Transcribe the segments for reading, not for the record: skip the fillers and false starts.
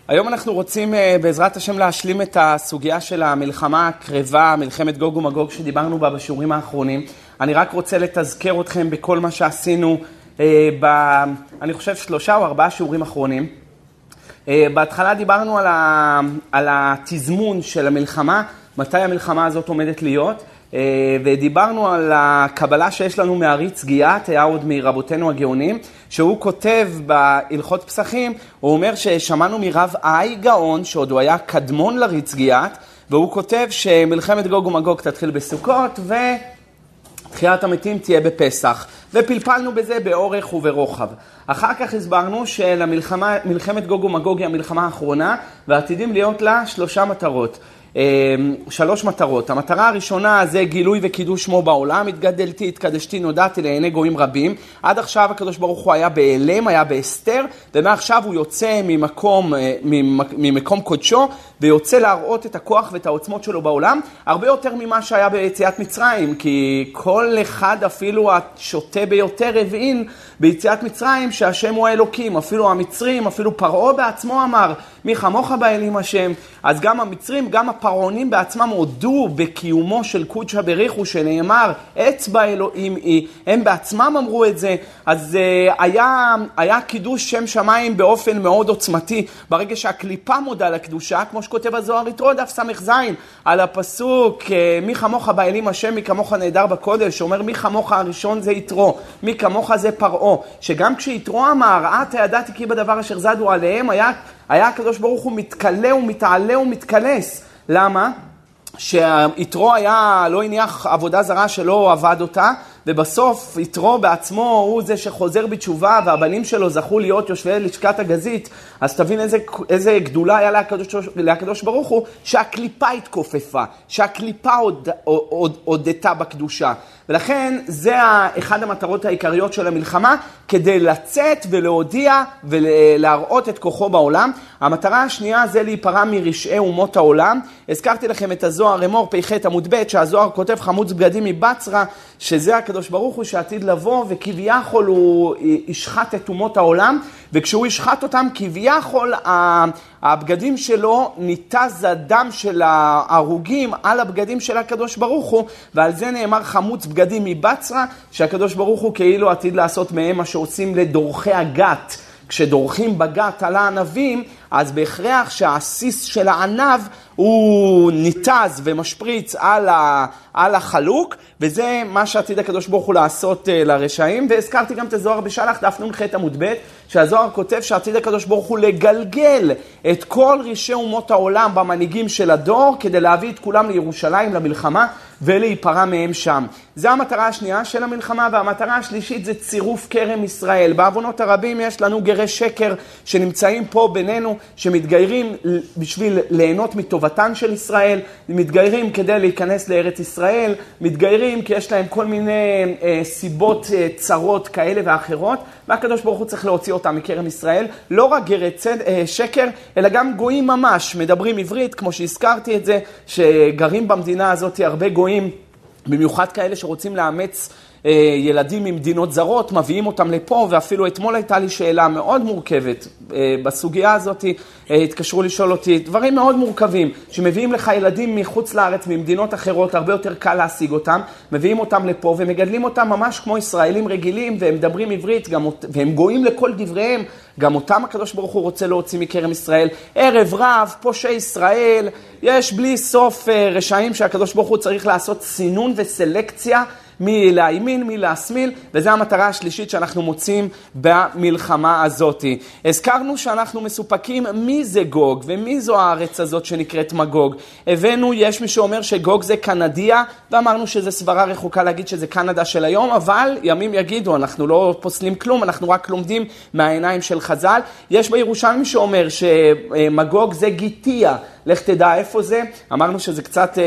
היום אנחנו רוצים בעזרת השם להשלים את הסוגיה של המלחמה הקרבה, מלחמת גוג ומגוג שדיברנו בה בשיעורים האחרונים. אני רק רוצה לתזכר אתכם בכל מה שעשינו אני חושב 3 או 4 שיעורים אחרונים. בהתחלה דיברנו על התזמון של המלחמה, מתי המלחמה הזאת עומדת להיות, ודיברנו על הקבלה שיש לנו מהרי"ץ גיאת, היה עוד מרבותינו הגאונים, שהוא כותב בהלכות פסחים, הוא אומר ששמענו מרב אי גאון, שעוד הוא היה קדמון לרי"ץ גיאת, והוא כותב שמלחמת גוג ומגוג תתחיל בסוכות, ותחיית המתים תהיה בפסח. ופלפלנו בזה באורך וברוחב. אחר כך הסברנו שלמלחמת גוג ומגוג היא המלחמה האחרונה, ועתידים להיות לה 3 מטרות. 3 מטרות. המטרה הראשונה זה גילוי וקידוש שמו בעולם, התגדלתי, התקדשתי, נודעתי לעיני גויים רבים. עד עכשיו הקדוש ברוך הוא היה באלם, היה באסתר, ומעכשיו הוא יוצא ממקום קודשו, ויוצא להראות את הכוח ואת העוצמות שלו בעולם, הרבה יותר ממה שהיה ביציאת מצרים, כי כל אחד אפילו השוטה ביותר הבין ביציאת מצרים שהשם הוא האלוקים, אפילו המצרים, אפילו פרעה בעצמו אמר, מי כמוך באלים השם. אז גם המצרים, גם הפרעונים בעצמם הודו בקיומו של קודשא בריחו, שנאמר אצבע אלוהים היא, הם בעצמם אמרו את זה. אז היה קידוש שם שמיים באופן מאוד עוצמתי, ברגע שהקליפה מודה לקדושה, כמו שכותב הזוהר יתרו דף ס"ז, על הפסוק מי כמוך באלים השם, מי כמוך נהדר בקודש, שאומר מי כמוך הראשון זה יתרו, מי כמוך זה פרעה, שגם כשיתרו אמר אתה ידעתי כי בדבר אשר זדו עליהם, היה הקדוש ברוך הוא מתקלה ומתעלה ומתקלס. למה? שיתרו לא הניח עבודה זרה שלא עבד אותה, ובסוף יתרו בעצמו הוא זה שחוזר בתשובה, והבנים שלו זכו להיות יושבי לשכת הגזית. אז תבין איזה גדולה היה להקדוש ברוך הוא, שהקליפה התכופפה, שהקליפה הודתה בקדושה. ולכן זה אחד המטרות העיקריות של המלחמה, כדי לצאת ולהודיע ולהראות את כוחו בעולם. המטרה השנייה זה להיפרע מרשעי אומות העולם. הזכרתי לכם את הזוהר אמור פ"ח עמוד ב', שהזוהר כותב חמוץ בגדים מבצרה, שזה הקדוש ברוך הוא שעתיד לבוא, וכביכול הוא ישחט את אומות העולם, וכשהוא ישחט אותם כביכול הבגדים שלו ניתז הדם של ההרוגים על הבגדים של הקדוש ברוך הוא, ועל זה נאמר חמוץ בגדים מבצרה, שהקדוש ברוך הוא כאילו עתיד לעשות מהם מה שעושים לדורכי הגת. כשדורכים בגת על הענבים, אז בהכרח שהעסיס של הענב הוא ניתז ומשפריץ על החלוק, וזה מה שעתיד הקדוש ברוך הוא לעשות לרשעים. והזכרתי גם את הזוהר בשלח דף נ"ח עמוד ב', שהזוהר כותב שעתיד הקדוש ברוך הוא לגלגל את כל רשעי אומות העולם במנהיגים של הדור, כדי להביא את כולם לירושלים למלחמה ולהיפרע מהם שם. זו המטרה השנייה של המלחמה, והמטרה השלישית זה צירוף כרם ישראל. בעוונות הרבים יש לנו גרי שקר שנמצאים פה בינינו, שמתגיירים בשביל ליהנות מטובתן של ישראל, מתגיירים כדי להיכנס לארץ ישראל, מתגיירים כי יש להם כל מיני סיבות צרות כאלה ואחרות, והקדוש ברוך הוא צריך להוציא אותם מכרם ישראל. לא רק גרי שקר, אלא גם גויים ממש, מדברים עברית, כמו שהזכרתי את זה, שגרים במדינה הזאת הרבה גויים, במיוחד כאלה שרוצים לאמץ ילדים ממדינות זרות, מביאים אותם לפה, ואפילו אתמול הייתה לי שאלה מאוד מורכבת בסוגיה הזאת, התקשרו לשאול אותי דברים מאוד מורכבים, שמביאים לך ילדים מחוץ לארץ, ממדינות אחרות, הרבה יותר קל להשיג אותם, מביאים אותם לפה ומגדלים אותם ממש כמו ישראלים רגילים, והם מדברים עברית, והם גויים לכל דבריהם, גם אותם הקדוש ברוך הוא רוצה להוציא מכרם ישראל. ערב רב, פושעי ישראל, יש בלי סוף רשעים שהקדוש ברוך הוא צריך לעשות סינון וסלקציה, מי להימין, מי להשמיל, וזו המטרה השלישית שאנחנו מוצאים במלחמה הזאת. הזכרנו שאנחנו מסופקים מי זה גוג, ומי זו הארץ הזאת שנקראת מגוג. הבאנו, יש מי שאומר שגוג זה קנדיה, ואמרנו שזה סברה רחוקה להגיד שזה קנדה של היום, אבל ימים יגידו, אנחנו לא פוסלים כלום, אנחנו רק לומדים מהעיניים של חז"ל. יש בירושלים שאומר שמגוג זה גיטיה, לך תדע איפה זה, אמרנו שזה קצת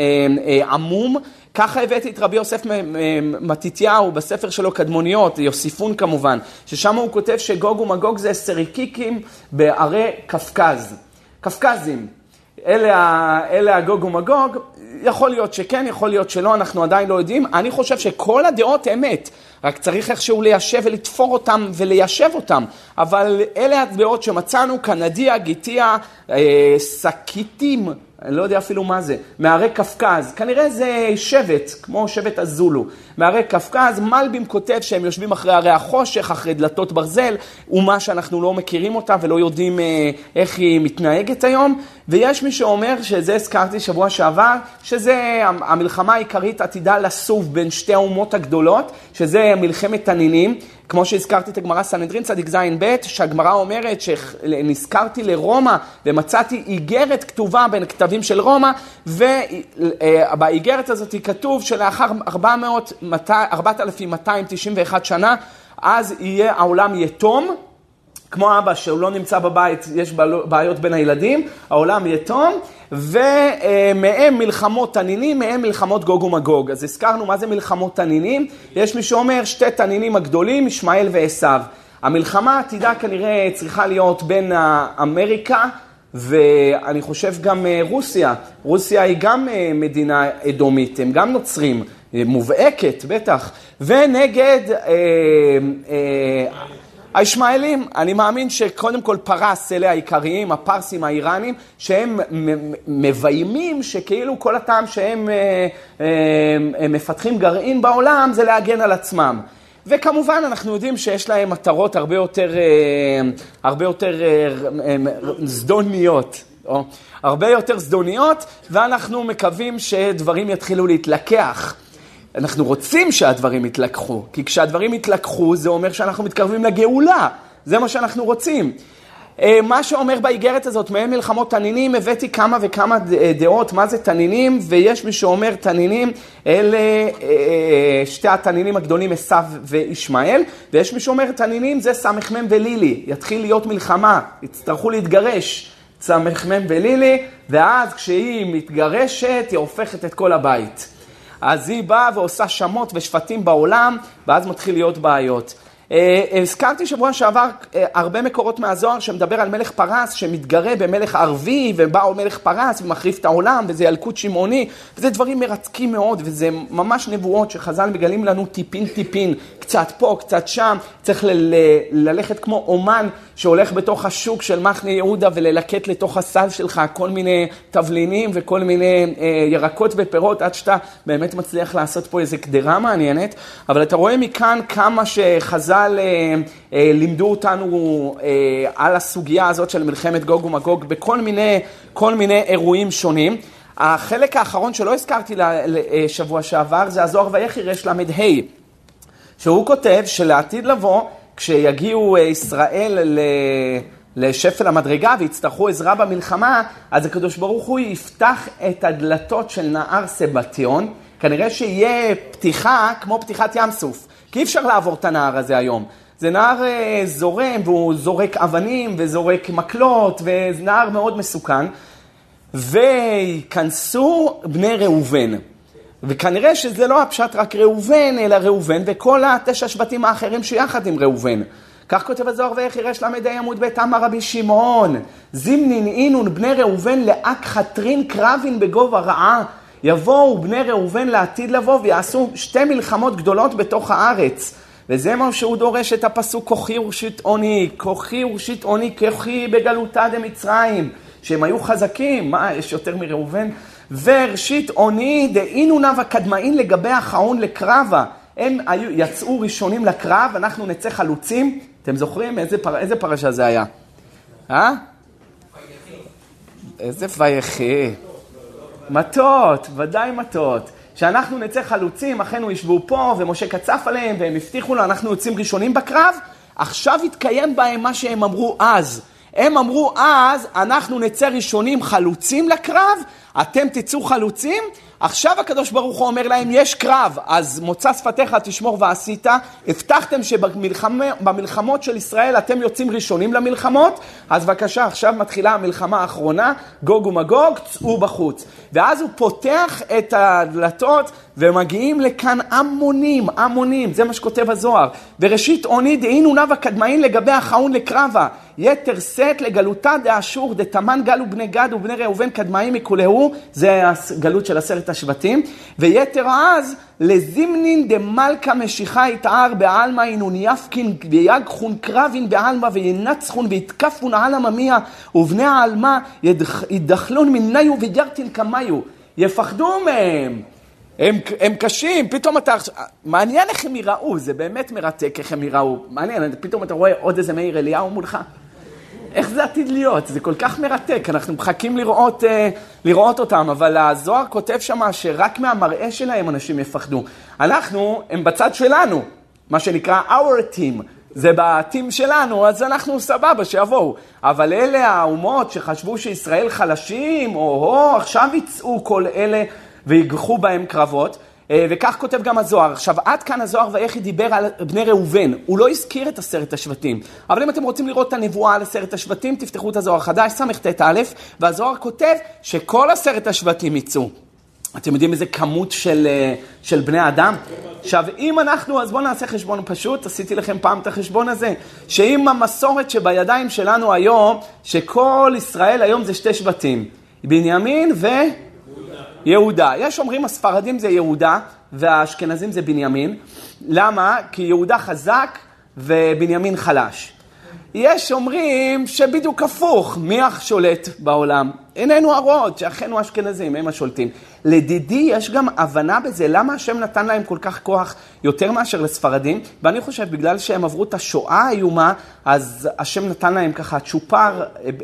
עמום, ככה הבאתי את רבי יוסף מתתיהו בספר שלו קדמוניות, יוסיפון כמובן, ששם הוא כותב שגוג ומגוג זה סריקיקים בערי קפקז. קפקזים. אלה הגוג ומגוג, יכול להיות שכן, יכול להיות שלא, אנחנו עדיין לא יודעים. אני חושב שכל הדעות אמת, רק צריך איכשהו ליישב ולתפור אותם וליישב אותם. אבל אלה הדעות שמצאנו, קנדיה, גיטיה, סקיטים, אני לא יודע אפילו מה זה, מהרי קפקז, כנראה זה שבט, כמו שבט הזולו, מהרי קפקז, מלבים כותב שהם יושבים אחרי הרי החושך, אחרי דלתות ברזל, ומה שאנחנו לא מכירים אותה ולא יודעים איך היא מתנהגת היום, ויש מי שאומר, שזה הזכרתי שבוע שעבר, שזה המלחמה העיקרית עתידה לסוף בין שתי האומות הגדולות, שזה מלחמת תנינים, כמו שהזכרתי את הגמרא סנהדרין צדיק זין ב', שהגמרא אומרת שנזכרתי לרומא ומצאתי איגרת כתובה בין כתבים של רומא, ובאיגרת הזאת כתוב שלאחר 4,291 שנה, אז יהיה העולם יתום, כמו אבא שהוא לא נמצא בבית, יש בעיות בין הילדים, העולם יתום, ומהם מלחמות תנינים, מהם מלחמות גוג ומגוג. אז הזכרנו מה זה מלחמות תנינים, יש מי שאומר שתי תנינים הגדולים, ישמעאל ועשיו. המלחמה העתידה כנראה צריכה להיות בין אמריקה, ואני חושב גם רוסיה. רוסיה היא גם מדינה אדומית, הם גם נוצרים, מובהקת בטח, ונגד הישמעאלים. אני מאמין שקודם כל פרס, אלה העיקריים, הפרסים האיראנים, שהם מביימים שכאילו כל הטעם שהם מפתחים גרעין בעולם זה להגן על עצמם. וכמובן אנחנו יודעים שיש להם מטרות הרבה יותר זדוניות, או הרבה יותר זדוניות, ואנחנו מקווים שדברים יתחילו להתלקח. אנחנו רוצים שהדברים יתלקחו, כי כשהדברים יתלקחו זה אומר שאנחנו מתקרבים לגאולה, זה מה שאנחנו רוצים. מה שאומר באיגרת הזאת, מהם מלחמות תנינים, הבאתי כמה וכמה דעות, מה זה תנינים, ויש מי שאומר תנינים, אלה שתי התנינים הגדולים, עשיו וישמעאל, ויש מי שאומר תנינים זה סמ"ם ולילי, יתחיל להיות מלחמה, יצטרכו להתגרש, סמ"ם ולילי, ואז כשהיא מתגרשת, היא הופכת את כל הבית. אז היא באה ועושה שמות ושפטים בעולם, ואז מתחיל להיות בעיות. הזכרתי שבוע שעבר הרבה מקורות מהזוהר שמדבר על מלך פרס שמתגרה במלך ערבי, ובא מלך פרס ומחריף את העולם, וזה ילקוט שמעוני, וזה דברים מרתקים מאוד, וזה ממש נבואות שחז"ל מגלים לנו טיפין טיפין, קצת פה, קצת שם, צריך ללכת כמו אומן שהולך בתוך השוק של מחנה יהודה וללקט לתוך הסל שלך כל מיני תבלינים וכל מיני ירקות ופירות, עד שאתה באמת מצליח לעשות פה איזו קדרה מעניינת. אבל אתה רואה מכאן כמה שחז"ל לימדו אותנו על הסוגיה הזאת של מלחמת גוג ומגוג בכל מיני אירועים שונים. החלק האחרון שלא הזכרתי לשבוע שעבר זה הזוהר ויחי למ"ה, שהוא כותב שלעתיד לבוא, כשיגיעו ישראל לשפל המדרגה ויצטרכו עזרה במלחמה, אז הקדוש ברוך הוא יפתח את הדלתות של נהר סבטיון, כנראה שיהיה פתיחה כמו פתיחת ים סוף, כי אי אפשר לעבור את הנהר הזה היום. זה נהר זורם והוא זורק אבנים וזורק מקלות, וזה נהר מאוד מסוכן, ויכנסו בני ראובן. וכנראה שזה לא הפשט רק ראובן, אלא ראובן וכל 9 שבטים האחרים שיחד עם ראובן. כך כותב הזוהר ויחי למ"ה עמוד ב' אמר רבי שמעון, זימנין אינון בני ראובן לאק חטרין קרבין בגובה רעה, יבואו בני ראובן לעתיד לבוא ויעשו 2 מלחמות גדולות בתוך הארץ. וזה מה שהוא דורש את הפסוק כוחי ורשית עוני, כוחי ורשית עוני כוחי בגלותה דמצרים, שהם היו חזקים, מה יש יותר מראובן? וראשית עוני דאינו נב הקדמאין לגבי החאון לקרבה, הם יצאו ראשונים לקרב, אנחנו נצא חלוצים. אתם זוכרים איזה פרשה זה היה? איזה ויחי? מטות, ודאי מטות. שאנחנו נצא חלוצים, אחינו ישבו פה ומשה קצף עליהם והם הבטיחו לו, אנחנו יוצאים ראשונים בקרב. עכשיו התקיים בהם מה שהם אמרו אז. הם אמרו אז, אנחנו נצא ראשונים חלוצים לקרב, אתם תצאו חלוצים. עכשיו הקדוש ברוך הוא אומר להם, יש קרב, אז מוצא שפתיך תשמור ועשית, הבטחתם שבמלחמות של ישראל אתם יוצאים ראשונים למלחמות, אז בבקשה, עכשיו מתחילה המלחמה האחרונה, גוג ומגוג, צאו בחוץ. ואז הוא פותח את הדלתות, ומגיעים לכאן המונים, זה מה שכותב הזוהר. וראשית עוני דהינו נב הקדמאין לגבי החאון לקרבה, יתר סט לגלותה דאשור, דתמן גלו בני גד ובני ראובן קדמאים מכולהו, זה הגלות של 10 השבטים, ויתר אז לזימנין דמלכה משיחה יתער בעלמא אינון יפקין ויגחון קרבין בעלמא וינצחון ויתקפון על הממיה ובני העלמא ידחלון מניו וגרטין כמיו, יפחדו מהם. הם קשים, פתאום אתה... מעניין איך הם יראו, זה באמת מרתק איך הם יראו. מעניין, פתאום אתה רואה עוד איזה מאיר אליהו מולך. איך זה עתיד להיות? זה כל כך מרתק, אנחנו מחכים לראות אותם, אבל הזוהר כותב שם שרק מהמראה שלהם אנשים יפחדו. הם בצד שלנו, מה שנקרא our team, זה בטים שלנו, אז אנחנו סבבה שיבואו. אבל אלה האומות שחשבו שישראל חלשים, עכשיו יצאו כל אלה ויגחו בהם קרבות, וכך כותב גם הזוהר. עכשיו, עד כאן הזוהר ואיך דיבר על בני ראובן. הוא לא הזכיר את 10 השבטים. אבל אם אתם רוצים לראות את הנבואה על 10 השבטים, תפתחו את הזוהר חדש, סמ"ט א', והזוהר כותב שכל 10 השבטים יצאו. אתם יודעים איזה כמות של בני אדם? עכשיו, אם אנחנו, אז בואו נעשה חשבון פשוט, עשיתי לכם פעם את החשבון הזה, שאם המסורת שבידיים שלנו היום, שכל ישראל היום זה 2 שבטים, בנימין יהודה. יש אומרים הספרדים זה יהודה והאשכנזים זה בנימין. למה? כי יהודה חזק ובנימין חלש. יש אומרים שבדיוק הפוך, מי שולט בעולם? איננו הרעות, שאחינו אשכנזים, הם השולטים. לדידי יש גם הבנה בזה, למה השם נתן להם כל כך כוח יותר מאשר לספרדים, ואני חושב בגלל שהם עברו את השואה האיומה, אז השם נתן להם ככה צ'ופר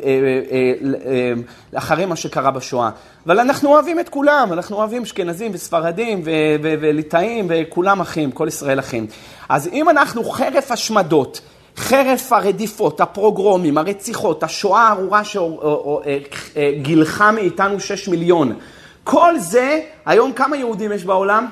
אחרי מה שקרה בשואה. אבל אנחנו אוהבים את כולם, אנחנו אוהבים אשכנזים וספרדים וליטאים וכולם אחים, כל ישראל אחים. אז אם אנחנו חרף השמדות, חרף הרדיפות, הפרוגרומים, הרציחות, השואה הארורה שגילחה מאיתנו 6 מיליון. כל זה, היום כמה יהודים יש בעולם?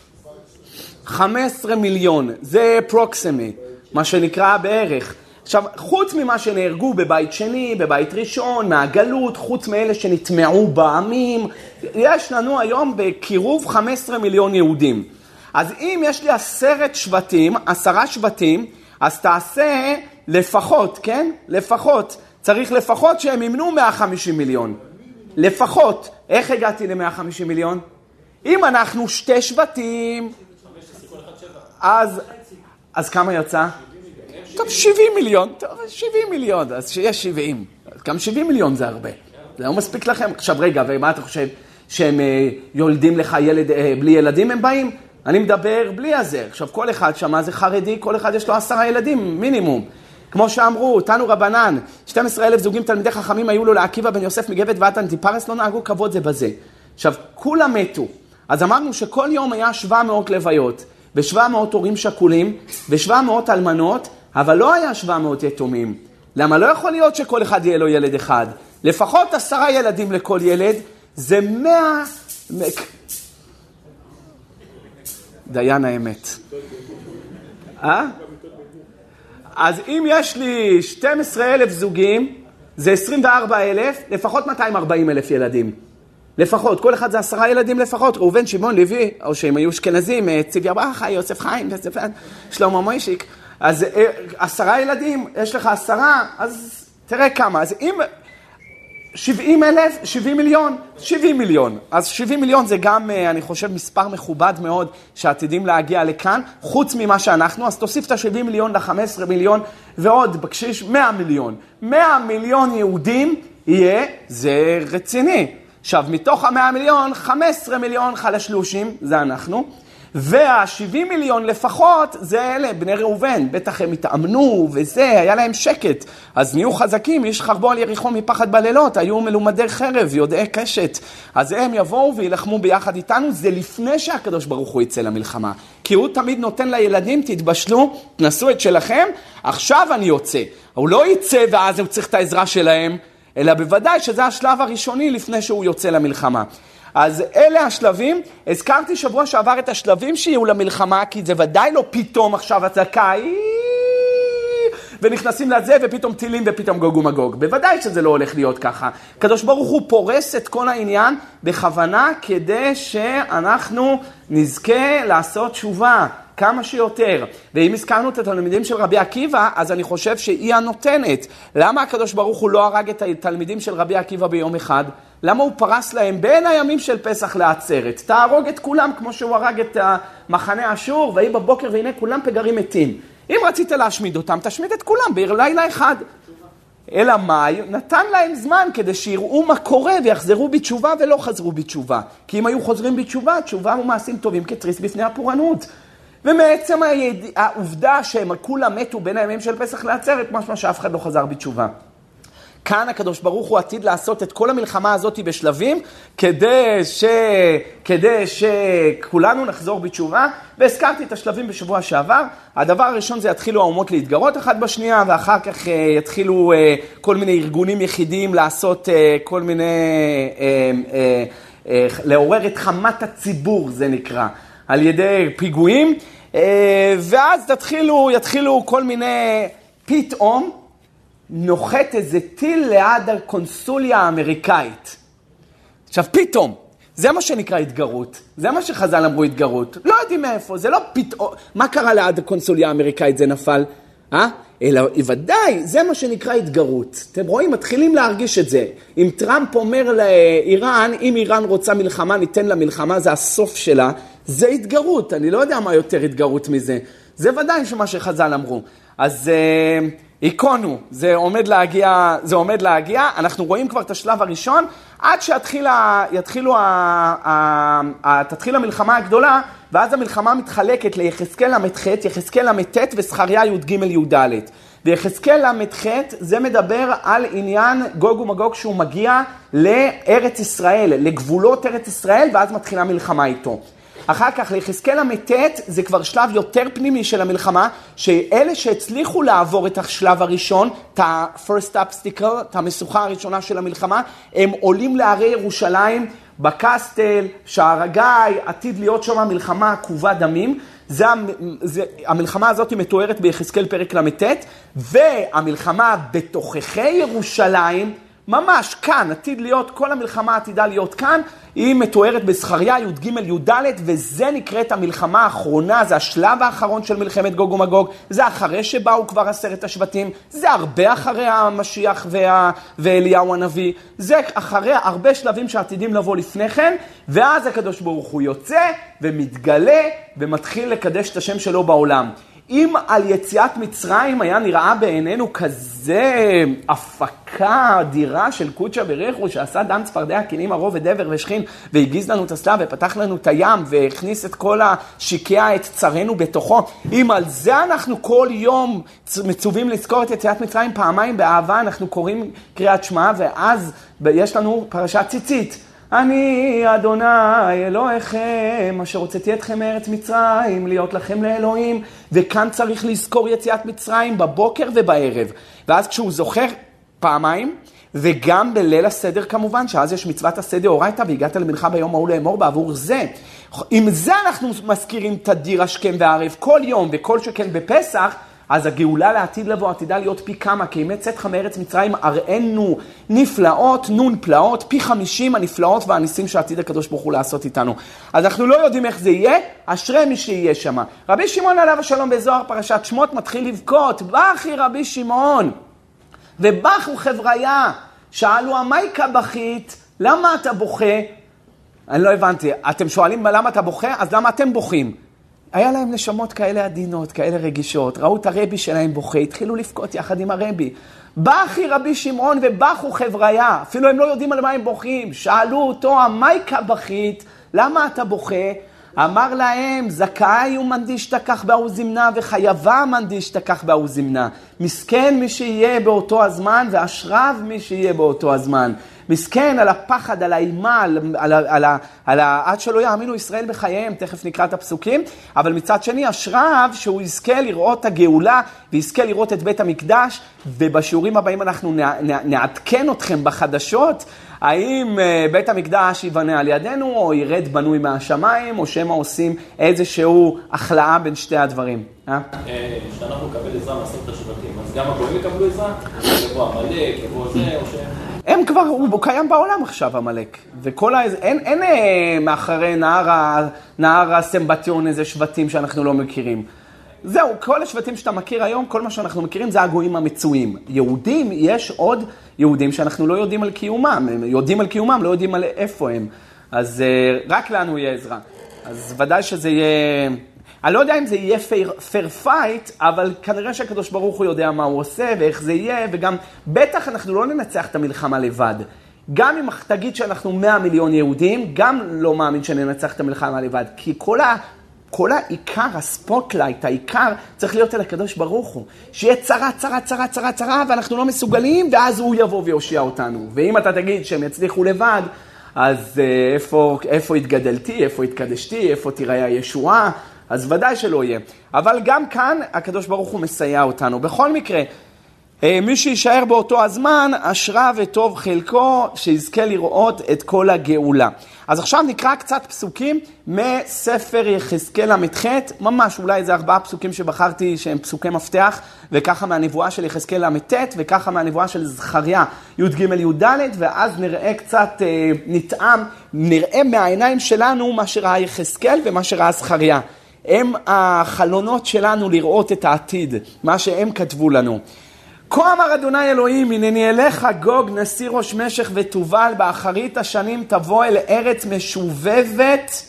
15 מיליון. זה פרוקסימי, מה שנקרא בערך. עכשיו, חוץ ממה שנהרגו בבית שני, בבית ראשון, מהגלות, חוץ מאלה שנטמעו בעמים, יש לנו היום בקירוב 15 מיליון יהודים. אז אם יש לי 10 שבטים, 10 שבטים, אז תעשה לפחות, כן? לפחות. צריך לפחות שהם ימנו 150 מיליון. לפחות. איך הגעתי ל-150 מיליון? אם אנחנו 2 שבטים, אז כמה יצא? טוב, 70 מיליון. טוב, 70 מיליון. אז שיש 70. גם 70 מיליון זה הרבה. זה לא מספיק לכם. עכשיו רגע, ומה אתה חושב? שהם יולדים לך ילד, בלי ילדים הם באים? אני מדבר בלי הזה. עכשיו, כל אחד שמה זה חרדי, כל אחד יש לו 10 ילדים, מינימום. כמו שאמרו, תנו רבנן, 12,000 זוגים תלמידי חכמים היו לו לעקיבא בן יוסף מגבת ועד אנטיפרס, לא נהגו כבוד זה בזה. עכשיו, כולם מתו. אז אמרנו שכל יום היה 700 לוויות, ו700 הורים שכולים, ו700 אלמנות, אבל לא היה 700 יתומים. למה לא יכול להיות שכל אחד יהיה לו ילד אחד? לפחות 10 ילדים לכל ילד, זה 100... דיין האמת. אז אם יש לי 12,000 זוגים, זה 24,000, לפחות 240,000 ילדים. לפחות, כל אחד זה 10 ילדים לפחות, ראובן, שמעון, לוי, או שהם היו אשכנזים, צביה ברכה, יוסף חיים, שלמה מוישיק. אז 10 ילדים, יש לך 10, אז תראה כמה. אז אם 70,000, 70 מיליון, 70 מיליון. אז 70 מיליון זה גם, אני חושב, מספר מכובד מאוד שעתידים להגיע לכאן, חוץ ממה שאנחנו, אז תוסיף את ה-70 מיליון ל-15 מיליון, ועוד בקשיש 100 מיליון. 100 מיליון יהודים יהיה, זה רציני. עכשיו, מתוך ה-100 מיליון, 15 מיליון חלשלושים, זה אנחנו, וה-70 מיליון לפחות, זה אלה, בני ראובן, בטח הם התאמנו וזה, היה להם שקט. אז נהיו חזקים, איש חרבו על יריחו מפחד בלילות, היו מלומדי חרב, יודעי קשת. אז הם יבואו וילחמו ביחד איתנו, זה לפני שהקדוש ברוך הוא יצא למלחמה. כי הוא תמיד נותן לילדים, תתבשלו, תנסו את שלכם, עכשיו אני יוצא. הוא לא יצא ואז הוא צריך את העזרה שלהם, אלא בוודאי שזה השלב הראשוני לפני שהוא יוצא למלחמה. אז אלה השלבים, הזכרתי שבוע שעבר את השלבים שיהיו למלחמה, כי זה ודאי לא פתאום עכשיו הצעקה, ונכנסים לזה ופתאום טילים ופתאום גוג ומגוג. בוודאי שזה לא הולך להיות ככה. הקדוש ברוך הוא פורס את כל העניין בכוונה כדי שאנחנו נזכה לעשות תשובה. כמה שיותר. ואם הזכרנו את התלמידים של רבי עקיבא, אז אני חושב שהיא הנותנת. למה הקדוש ברוך הוא לא הרג את התלמידים של רבי עקיבא ביום אחד? למה הוא פרס להם בין הימים של פסח לעצרת? תהרוג את כולם כמו שהוא הרג את מחנה אשור, והיא בבוקר והנה כולם פגרים מתים. אם רצית להשמיד אותם, תשמיד את כולם בלילה אחד. אלא מאי נתן להם זמן כדי שיראו מה קורה ויחזרו בתשובה ולא חזרו בתשובה. כי אם היו חוזרים בתשובה, תשובה ומעשים טובים כתריס בפני הפורענות. ומעצם העובדה שהם כולם מתו בין הימים של פסח לעצרת, משמע שאף אחד לא חזר בתשובה. כאן הקדוש ברוך הוא עתיד לעשות את כל המלחמה הזאת בשלבים, כדי שכולנו נחזור בתשובה, והזכרתי את השלבים בשבוע שעבר. הדבר הראשון זה יתחילו האומות להתגרות אחת בשנייה, ואחר כך יתחילו כל מיני ארגונים יחידים לעשות כל מיני, לעורר את חמת הציבור, זה נקרא, על ידי פיגועים, ואז יתחילו כל מיני פתאום, נוחת איזה טיל ליד הקונסוליה האמריקאית. עכשיו, פתאום, זה מה שנקרא התגרות. זה מה שחז"ל אמרו התגרות. לא יודעים מאיפה, זה לא פתאום. מה קרה ליד הקונסוליה האמריקאית? זה נפל? אלא ודאי, זה מה שנקרא התגרות. אתם רואים, מתחילים להרגיש את זה. אם טראמפ אומר לאיראן, אם איראן רוצה מלחמה, ניתן לה מלחמה, זה הסוף שלה. זה התגרות. אני לא יודע מה יותר התגרות מזה. זה ודאי שמה שחז"ל אמרו. אז איקונו, זה עומד להגיע, אנחנו רואים כבר את השלב הראשון, עד שתתחיל המלחמה הגדולה, ואז המלחמה מתחלקת ליחזקאל ל"ח, יחזקאל ל"ט וזכריה י"ג י"ד. ויחזקאל ל"ח זה מדבר על עניין גוג ומגוג שהוא מגיע לארץ ישראל, לגבולות ארץ ישראל, ואז מתחילה מלחמה איתו. אחר כך ליחזקאל ל"ט זה כבר שלב יותר פנימי של המלחמה, שאלה שהצליחו לעבור את השלב הראשון, את ה-first obstacle, את המשוכה הראשונה של המלחמה, הם עולים להרי ירושלים, בקסטל, שער הגיא, עתיד להיות שם מלחמה עקובה דמים. המלחמה הזאת מתוארת ביחזקאל פרק ל"ט, והמלחמה בתוככי ירושלים, ממש כאן, עתיד להיות, כל המלחמה עתידה להיות כאן, היא מתוארת בזכריה י"ג י"ד, וזה נקראת המלחמה האחרונה, זה השלב האחרון של מלחמת גוג ומגוג, זה אחרי שבאו כבר 10 השבטים, זה הרבה אחרי המשיח ואליהו הנביא, זה אחרי הרבה שלבים שעתידים לבוא לפני כן, ואז הקדוש ברוך הוא יוצא ומתגלה ומתחיל לקדש את השם שלו בעולם. אם על יציאת מצרים היה נראה בעינינו כזה הפקה אדירה של קודשא בריחו, שעשה דם צפרדע, קינים, ערוב ודבר ושכין, והגיז לנו את הסלב ופתח לנו את הים, והכניס את כל השיקע את צרינו בתוכו, אם על זה אנחנו כל יום מצווים לזכור את יציאת מצרים פעמיים באהבה, אנחנו קוראים קריאת שמע, ואז יש לנו פרשת ציצית. אני אדוני אלוהיכם, אשר הוצאתי אתכם מארץ מצרים, להיות לכם לאלוהים, וכאן צריך לזכור יציאת מצרים בבוקר ובערב. ואז כשהוא זוכר פעמיים, וגם בליל הסדר כמובן, שאז יש מצוות הסדר אורייתא, והגעת למנחה ביום ההוא לאמור בעבור זה. עם זה אנחנו מזכירים תדיר השכם והערב כל יום, וכל שכן בפסח, אז הגאולה לעתיד לבוא עתידה להיות פי כמה, כי אם יצאתך מארץ מצרים הראינו נפלאות, נון פלאות, פי 50 הנפלאות והניסים שעתיד הקדוש ברוך הוא לעשות איתנו. אז אנחנו לא יודעים איך זה יהיה, אשרי מי שיהיה שם. רבי שמעון עליו השלום בזוהר פרשת שמות מתחיל לבכות, בכי רבי שמעון, ובכו חבריה, שאלו המייקה בכית, למה אתה בוכה? אני לא הבנתי, אתם שואלים למה אתה בוכה? אז למה אתם בוכים? היה להם נשמות כאלה עדינות, כאלה רגישות, ראו את הרבי שלהם בוכה, התחילו לבכות יחד עם הרבי. בכי רבי שמעון ובכו חבריה, אפילו הם לא יודעים על מה הם בוכים, שאלו אותו, המייקה בכית, למה אתה בוכה? אמר להם, זכאי הוא מנדיש תקח באו זמנה, וחייבה מנדיש תקח באו זמנה. מסכן מי שיהיה באותו הזמן, ואשרב מי שיהיה באותו הזמן. מסכן על הפחד, על האימה, עד שלא יאמינו ישראל בחייהם, תכף נקרא את הפסוקים, אבל מצד שני, אשריו שהוא יזכה לראות את הגאולה, ויזכה לראות את בית המקדש, ובשיעורים הבאים אנחנו נעדכן אתכם בחדשות, האם בית המקדש ייבנה על ידינו, או ירד בנוי מהשמיים, או שמה עושים איזשהו החלאה בין שתי הדברים. שאנחנו נקבל עזרה מעשרת השבטים, אז גם הגויים יקבלו עזרה? יבוא עמלק, יבוא זה, או ש... הם כבר, הוא קיים בעולם עכשיו, המלאק. אין מאחרי נהר הסמבטיון איזה שבטים שאנחנו לא מכירים. זהו, כל השבטים שאתה מכיר היום, כל מה שאנחנו מכירים זה הגויים המצויים. יהודים, יש עוד יהודים שאנחנו לא יודעים על קיומם. הם יודעים על קיומם, לא יודעים על איפה הם. אז רק לנו יהיה עזרה. אז ודאי שזה יהיה... אני לא יודע אם זה יהיה fair fight, אבל כנראה שהקדוש ברוך הוא יודע מה הוא עושה ואיך זה יהיה, וגם בטח אנחנו לא ננצח את המלחמה לבד. גם אם תגיד שאנחנו 100 מיליון יהודים, גם לא מאמין שננצח את המלחמה לבד, כי כל העיקר, הספוטלייט, העיקר צריך להיות על הקדוש ברוך הוא. שיהיה צרה, ואנחנו לא מסוגלים, ואז הוא יבוא ויושיע אותנו. ואם אתה תגיד שהם יצליחו לבד, אז איפה התגדלתי, איפה התקדשתי, איפה תיראה הישועה, אז ודאי שלא יהיה. אבל גם כאן הקדוש ברוך הוא מסייע אותנו. בכל מקרה, מי שישאר באותו הזמן, אשרה וטוב חלקו, שיזכה לראות את כל הגאולה. אז עכשיו נקרא קצת פסוקים מספר יחזקאל ל"ח, ממש אולי זה 4 פסוקים שבחרתי שהם פסוקי מפתח, וככה מהנבואה של יחזקאל ל"ט, וככה מהנבואה של זכריה י"ג י"ד, ואז נראה קצת נטעם, נראה מהעיניים שלנו מה שראה יחזקאל ומה שראה זכריה. הם החלונות שלנו לראות את העתיד, מה שהם כתבו לנו. כה אמר אדוני אלוהים, הנני אליך גוג נשיא ראש משך ותובל, באחרית השנים תבוא אל ארץ משובבת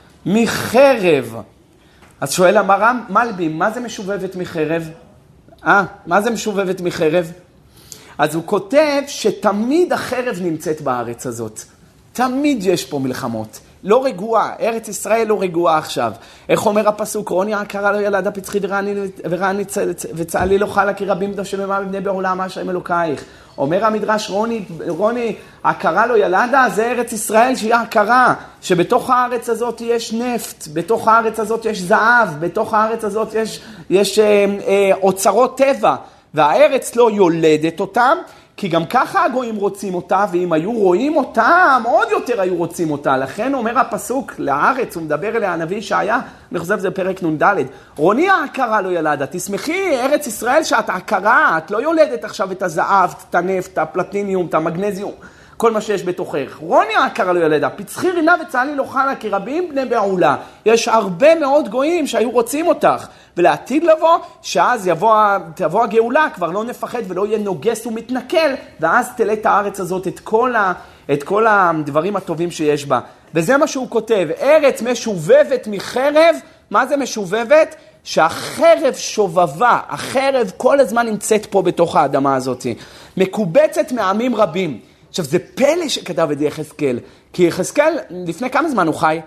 מחרב. אז שואל המר"ם מלבים, מה זה משובבת מחרב? מה זה משובבת מחרב? אז הוא כותב שתמיד החרב נמצאת בארץ הזאת. תמיד יש פה מלחמות. לא רגועה, ארץ ישראל לא רגועה עכשיו. איך אומר הפסוק? רוני עקרה לא ילדה פצחי ורעני וצעלי לא חלה כי רבים דשממה מבני בעולם השם אלוקייך. אומר המדרש רוני עקרה לא ילדה, זה ארץ ישראל שהיא עקרה, שבתוך הארץ הזאת יש נפט, בתוך הארץ הזאת יש זהב, בתוך הארץ הזאת יש אוצרות טבע, והארץ לא יולדת אותם, כי גם ככה הגויים רוצים אותה, ואם היו רואים אותם, עוד יותר היו רוצים אותה. לכן אומר הפסוק לארץ, הוא מדבר אליה הנביא ישעיה, אני חושב זה פרק נ"ד. רוני העקרה לא ילדה, תשמחי ארץ ישראל שאת עקרה, את לא יולדת עכשיו את הזהב, את הנפט, את הפלטיניום, את המגנזיום, כל מה שיש בתוכך. רוני העקרה לא ילדה, פצחי רינה וצעלי לא חלה, כי רבים בני בעולה. יש הרבה מאוד גויים שהיו רוצים אותך. ולעתיד לבוא, שאז תבוא הגאולה, כבר לא נפחד ולא יהיה נוגס ומתנכל, ואז תלה את הארץ הזאת את כל הדברים הטובים שיש בה. וזה מה שהוא כותב, ארץ משובבת מחרב, מה זה משובבת? שהחרב שובבה, החרב כל הזמן נמצאת פה בתוך האדמה הזאת, מקובצת מעמים רבים. עכשיו זה פלא שכתב את יחזקאל, כי יחזקאל לפני כמה זמן הוא חי?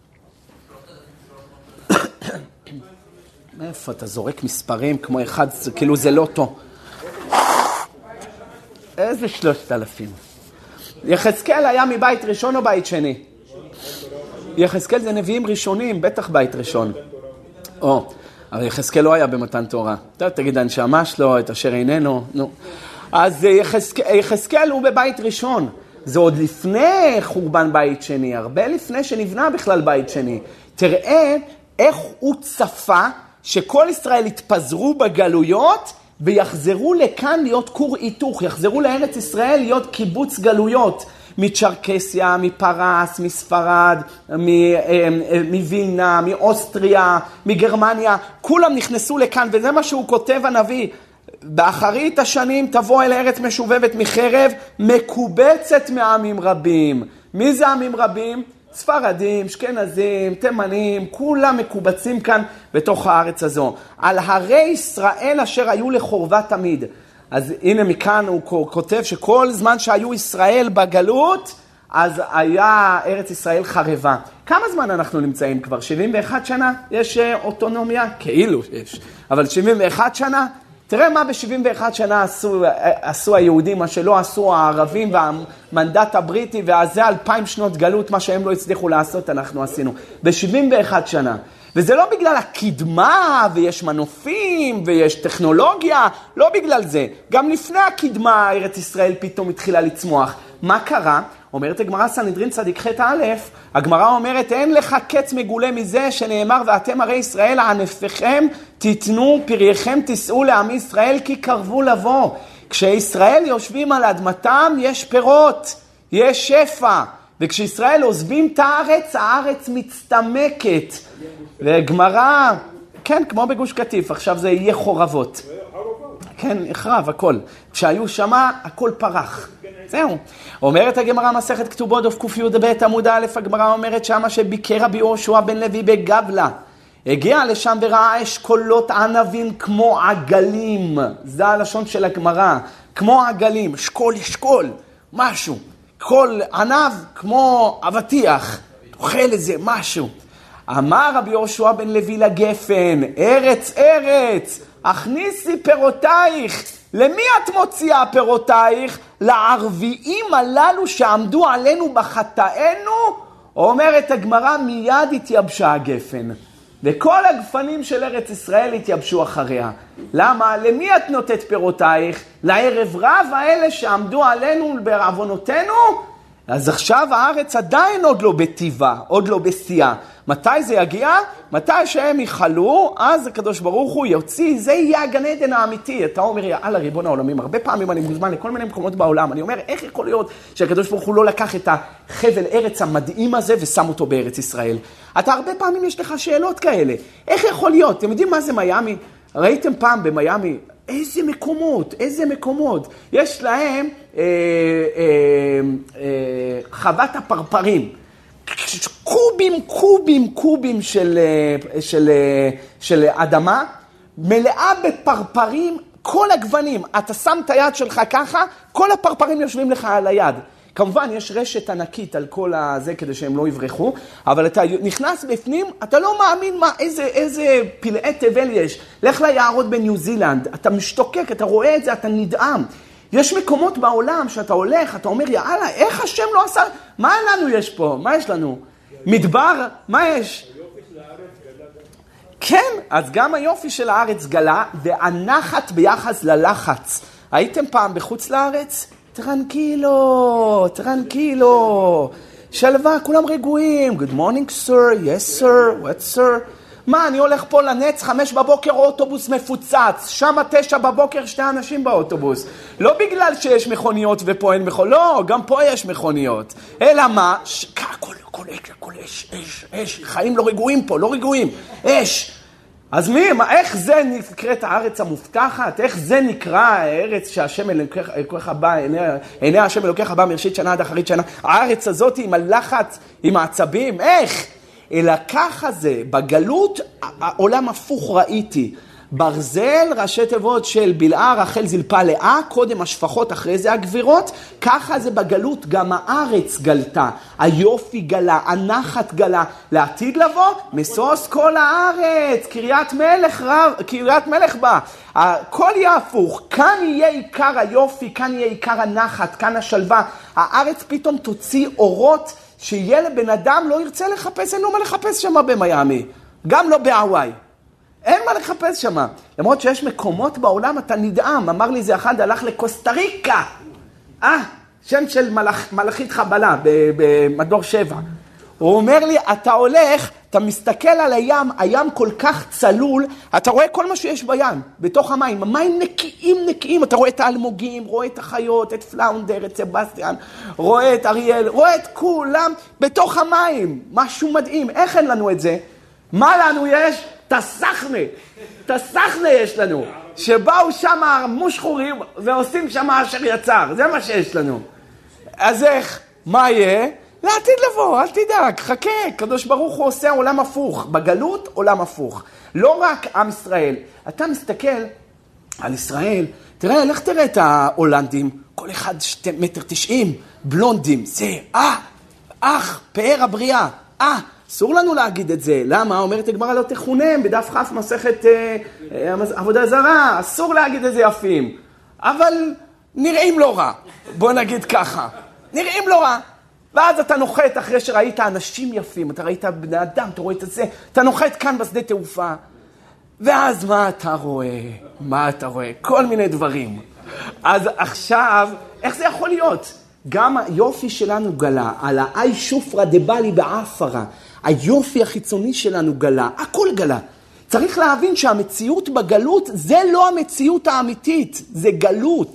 מאיפה אתה זורק מספרים כמו אחד, כאילו זה לא טוב. איזה 3,000. יחזקאל היה מבית ראשון או בית שני? יחזקאל זה נביאים ראשונים, בטח בית ראשון. אבל יחזקאל לא היה במתן תורה. תגיד, הנשמה שלו, את אשר איננו. אז יחזקאל הוא בבית ראשון. זה עוד לפני חורבן בית שני, הרבה לפני שנבנה בכלל בית שני. תראה איך הוא צפה שכל ישראל יתפזרו בגלויות ויחזרו לכאן להיות כור היתוך, יחזרו לארץ ישראל להיות קיבוץ גלויות, מצ'רקסיה, מפרס, מספרד, מווילנה, מאוסטריה, מגרמניה, כולם נכנסו לכאן, וזה מה שהוא כותב הנביא, באחרית השנים תבוא אל ארץ משובבת מחרב, מקובצת מעמים רבים. מי זה עמים רבים? ספרדים, שכנזים, תימנים, כולם מקובצים כאן בתוך הארץ הזו. על הרי ישראל אשר היו לחורבה תמיד. אז הנה מכאן הוא כותב שכל זמן שהיו ישראל בגלות, אז היה ארץ ישראל חרבה. כמה זמן אנחנו נמצאים כבר? 71 שנה? יש אוטונומיה? כאילו יש. אבל 71 שנה? תראה מה ב-71 שנה עשו היהודים, מה שלא עשו הערבים והמנדט הבריטי, וזה 2000 שנות גלות, מה שהם לא הצליחו לעשות, אנחנו עשינו. ב-71 שנה. וזה לא בגלל הקדמה, ויש מנופים, ויש טכנולוגיה, לא בגלל זה. גם לפני הקדמה, ארץ ישראל פתאום התחילה לצמוח. מה קרה? אומרת הגמרא סנהדרין צדיק ח' א', הגמרא אומרת, אין לך קץ מגולה מזה שנאמר, ואתם הרי ישראל ענפיכם תיתנו, פרייכם תישאו לעמי ישראל, כי קרבו לבוא. כשישראל יושבים על אדמתם יש פירות, יש שפע. וכשישראל עוזבים את הארץ, הארץ מצטמקת. וגמרא, כן, כמו בגוש קטיף, עכשיו זה יהיה חורבות. כן, החרב, הכל. כשהיו שמה, הכל פרח. זהו. אומרת הגמרא מסכת כתובות דף קי"ב עמוד א', הגמרא אומרת שמה שביקר רבי יהושע בן לוי בגבלה. הגיע לשם וראה אשכולות ענבים כמו עגלים. זה הלשון של הגמרא. כמו עגלים, אשכול, משהו. כל ענב כמו אבטיח. אוכל איזה משהו. אמר רבי יהושע בן לוי לגפן, ארץ, הכניסי פירותייך. למי את מוציאה פירותייך? לערביים הללו שעמדו עלינו בחטאנו? אומרת הגמרא, מיד התייבשה הגפן. וכל הגפנים של ארץ ישראל התייבשו אחריה. למה? למי את נותנת פירותייך? לערב רב האלה שעמדו עלינו בעוונותינו? אז עכשיו הארץ עדיין עוד לא בטיבה, עוד לא בשיאה. מתי זה יגיע? מתי שהם יחלו, אז הקדוש ברוך הוא יוציא, זה יהיה הגן עדן האמיתי. אתה אומר, יאללה ריבון העולמים, הרבה פעמים אני מוזמן לכל מיני מקומות בעולם, אני אומר, איך יכול להיות שהקדוש ברוך הוא לא לקח את החבל ארץ המדהים הזה ושם אותו בארץ ישראל? אתה הרבה פעמים יש לך שאלות כאלה, איך יכול להיות? אתם יודעים מה זה מיאמי? ראיתם פעם במיאמי? איזה מקומות. יש להם חוות הפרפרים. קובים של אדמה, מלאה בפרפרים, כל הגוונים. אתה שם את היד שלך ככה, כל הפרפרים יושבים לך על היד. כמובן, יש רשת ענקית על כל הזה כדי שהם לא יברחו, אבל אתה נכנס בפנים, אתה לא מאמין איזה פלאי תבל יש. לך ליערות בניו זילנד, אתה משתוקק, אתה רואה את זה, אתה נדהם. יש מקומות בעולם שאתה הולך, אתה אומר, יאללה, איך השם לא עשה? מה לנו יש פה? מה יש לנו? מדבר? מה יש? היופי של הארץ גלה. כן, אז גם היופי של הארץ גלה, והנחת ביחס ללחץ. הייתם פעם בחוץ לארץ? טרנקילו. שלווה, כולם רגועים. Good morning, sir. Yes, sir. What, sir? מה, אני הולך פה לנץ, 5 בבוקר אוטובוס מפוצץ, שם 9 בבוקר 2 אנשים באוטובוס. לא בגלל שיש מכוניות ופה אין מכוניות, לא, גם פה יש מכוניות. אלא מה? כל אש, חיים לא רגועים פה, לא רגועים, אש. אז איך זה נקראת הארץ המובטחת? איך זה נקרא הארץ שהשם אלוקיך בא, עיני השם אלוקיך בא מראשית שנה עד אחרית שנה? הארץ הזאת עם הלחץ, עם העצבים, איך? אלא ככה זה, בגלות העולם הפוך ראיתי. ברזל, ראשי תיבות של בלעה, רחל זלפה לאה, קודם השפחות, אחרי זה הגבירות. ככה זה בגלות, גם הארץ גלתה, היופי גלה, הנחת גלה. לעתיד לבוא, מסוס כל הארץ, קריית מלך בה. הכל יהיה הפוך, כאן יהיה עיקר היופי, כאן יהיה עיקר הנחת, כאן השלווה. הארץ פתאום תוציא אורות, שיהיה לבן אדם לא ירצה לחפש, אין לו מה לחפש שם במיאמי, גם לא בהוואי. אין מה לחפש שם. למרות שיש מקומות בעולם, אתה נדהם. אמר לי זה אחד, הלך לקוסטה ריקה. שם של מלאכית חבלה במדור 7. הוא אומר לי, אתה הולך, אתה מסתכל על הים כל כך צלול, אתה רואה כל מה שיש בים, בתוך המים. המים נקיים, אתה רואה את האלמוגים, רואה את החיות, את פלאונדר, את סבסטיאן, רואה את אריאל, רואה את כולם בתוך המים. משהו מדהים. איך אין לנו את זה? מה לנו יש? תסחנה יש לנו. שבאו שם מושחורים ועושים שם אשר יצר. זה מה שיש לנו. אז איך? מה יהיה? לעתיד לבוא, אל תדאג, חכה. קדוש ברוך הוא עושה עולם הפוך. בגלות עולם הפוך. לא רק עם ישראל. אתה מסתכל על ישראל, תראה, לך תראה את ההולנדים. כל אחד 2.90 מטר, בלונדים. זה, פאר הבריאה. אסור לנו להגיד את זה. למה? אומרת הגמרא לא תכונם, בדף כ' מסכת עבודה זרה. אסור להגיד את זה יפים. אבל נראים לא רע. בוא נגיד ככה. נראים לא רע. ואז אתה נוחת אחרי שראית אנשים יפים, אתה ראית בני אדם, אתה רואה את זה, אתה נוחת כאן בשדה תעופה. ואז מה אתה רואה? כל מיני דברים. אז עכשיו, איך זה יכול להיות? גם היופי שלנו גלה, על האי שופרה דבלי באפרה, היופי החיצוני שלנו גלה, הכל גלה. צריך להבין שהמציאות בגלות זה לא המציאות האמיתית, זה גלות.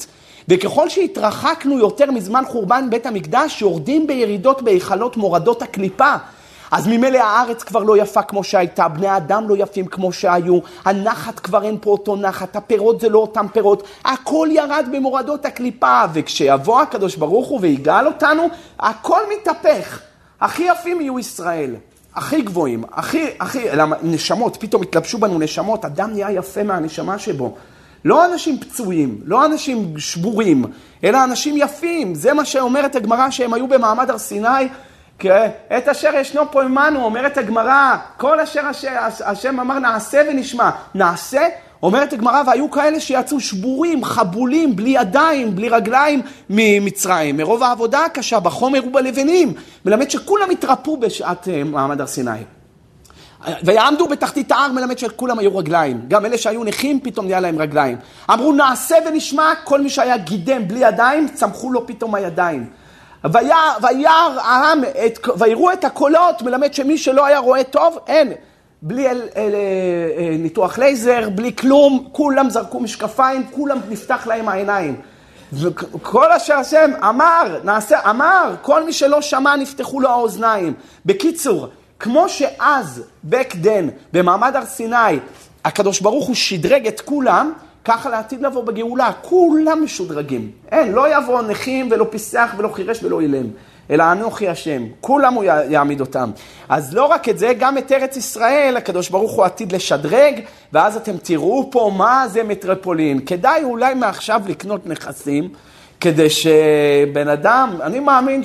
וככל שהתרחקנו יותר מזמן חורבן בית המקדש, יורדים בירידות בהיכלות מורדות הקליפה. אז ממילא הארץ כבר לא יפה כמו שהייתה, בני האדם לא יפים כמו שהיו, הנחת כבר אין פה אותו נחת, הפירות זה לא אותם פירות, הכל ירד במורדות הקליפה, וכשיבוא הקדוש ברוך הוא ויגאל אותנו, הכל מתהפך. הכי יפים יהיו ישראל, הכי גבוהים, למה נשמות, פתאום התלבשו בנו נשמות, אדם נהיה יפה מהנשמה שבו. לא אנשים פצועים, לא אנשים שבורים, אלא אנשים יפים. זה מה שאומרת הגמרא שהם היו במעמד הר סיני, את אשר ישנו פה עמנו, אומרת הגמרא, כל אשר השם אמר נעשה ונשמע. נעשה, אומרת הגמרא, והיו כאלה שיצאו שבורים, חבולים, בלי ידיים, בלי רגליים ממצרים. מרוב העבודה הקשה, בחומר ובלבנים. מלמד שכולם התרפו בשעת מעמד הר סיני. ויעמדו בתחתית ההר, מלמד שכולם היו רגליים. גם אלה שהיו נכים, פתאום נהיה להם רגליים. אמרו נעשה ונשמע, כל מי שהיה גידם בלי ידיים, צמחו לו פתאום הידיים. וירא העם, ויראו את הקולות, מלמד שמי שלא היה רואה טוב, אין. בלי ניתוח לייזר, בלי כלום, כולם זרקו משקפיים, כולם נפתח להם העיניים. וכל אשר השם אמר, כל מי שלא שמע נפתחו לו האוזניים. בקיצור, כמו שאז, back then, במעמד הר סיני, הקדוש ברוך הוא שדרג את כולם, ככה לעתיד לבוא בגאולה, כולם משודרגים. אין, לא יבוא נכים ולא פיסח ולא חירש ולא אילם, אלא אנוכי השם, כולם הוא יעמיד אותם. אז לא רק את זה, גם את ארץ ישראל, הקדוש ברוך הוא עתיד לשדרג, ואז אתם תראו פה מה זה מטרופולין. כדאי אולי מעכשיו לקנות נכסים, כדי שבן אדם, אני מאמין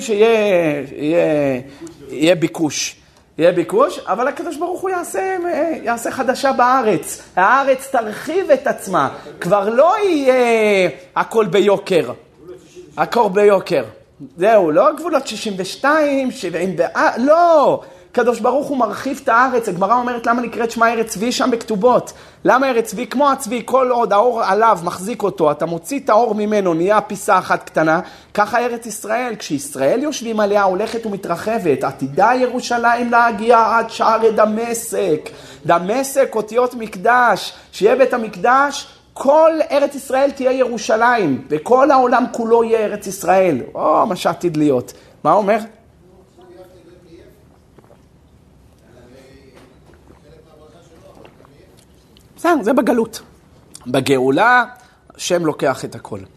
שיהיה ביקוש. יהיה ביקוש, אבל הקדוש ברוך הוא יעשה חדשה בארץ. הארץ תרחיב את עצמה. כבר לא יהיה הכל ביוקר. הכל ביוקר. זהו, לא גבולות 62, 70, לא. הקדוש ברוך הוא מרחיב את הארץ. הגמרא אומרת למה נקראת שמה ארץ צבי שם בכתובות. למה ארץ צבי? כמו הצבי, כל עוד האור עליו מחזיק אותו, אתה מוציא את האור ממנו, נהיה פיסה אחת קטנה. ככה ארץ ישראל, כשישראל יושבים עליה, הולכת ומתרחבת. עתידה ירושלים להגיע עד שערי דמשק. דמשק, אותיות מקדש. שיהיה בית המקדש, כל ארץ ישראל תהיה ירושלים. וכל העולם כולו יהיה ארץ ישראל. מה שעתיד להיות. מה אומר? זה בגלות. בגאולה, השם לוקח את הכל.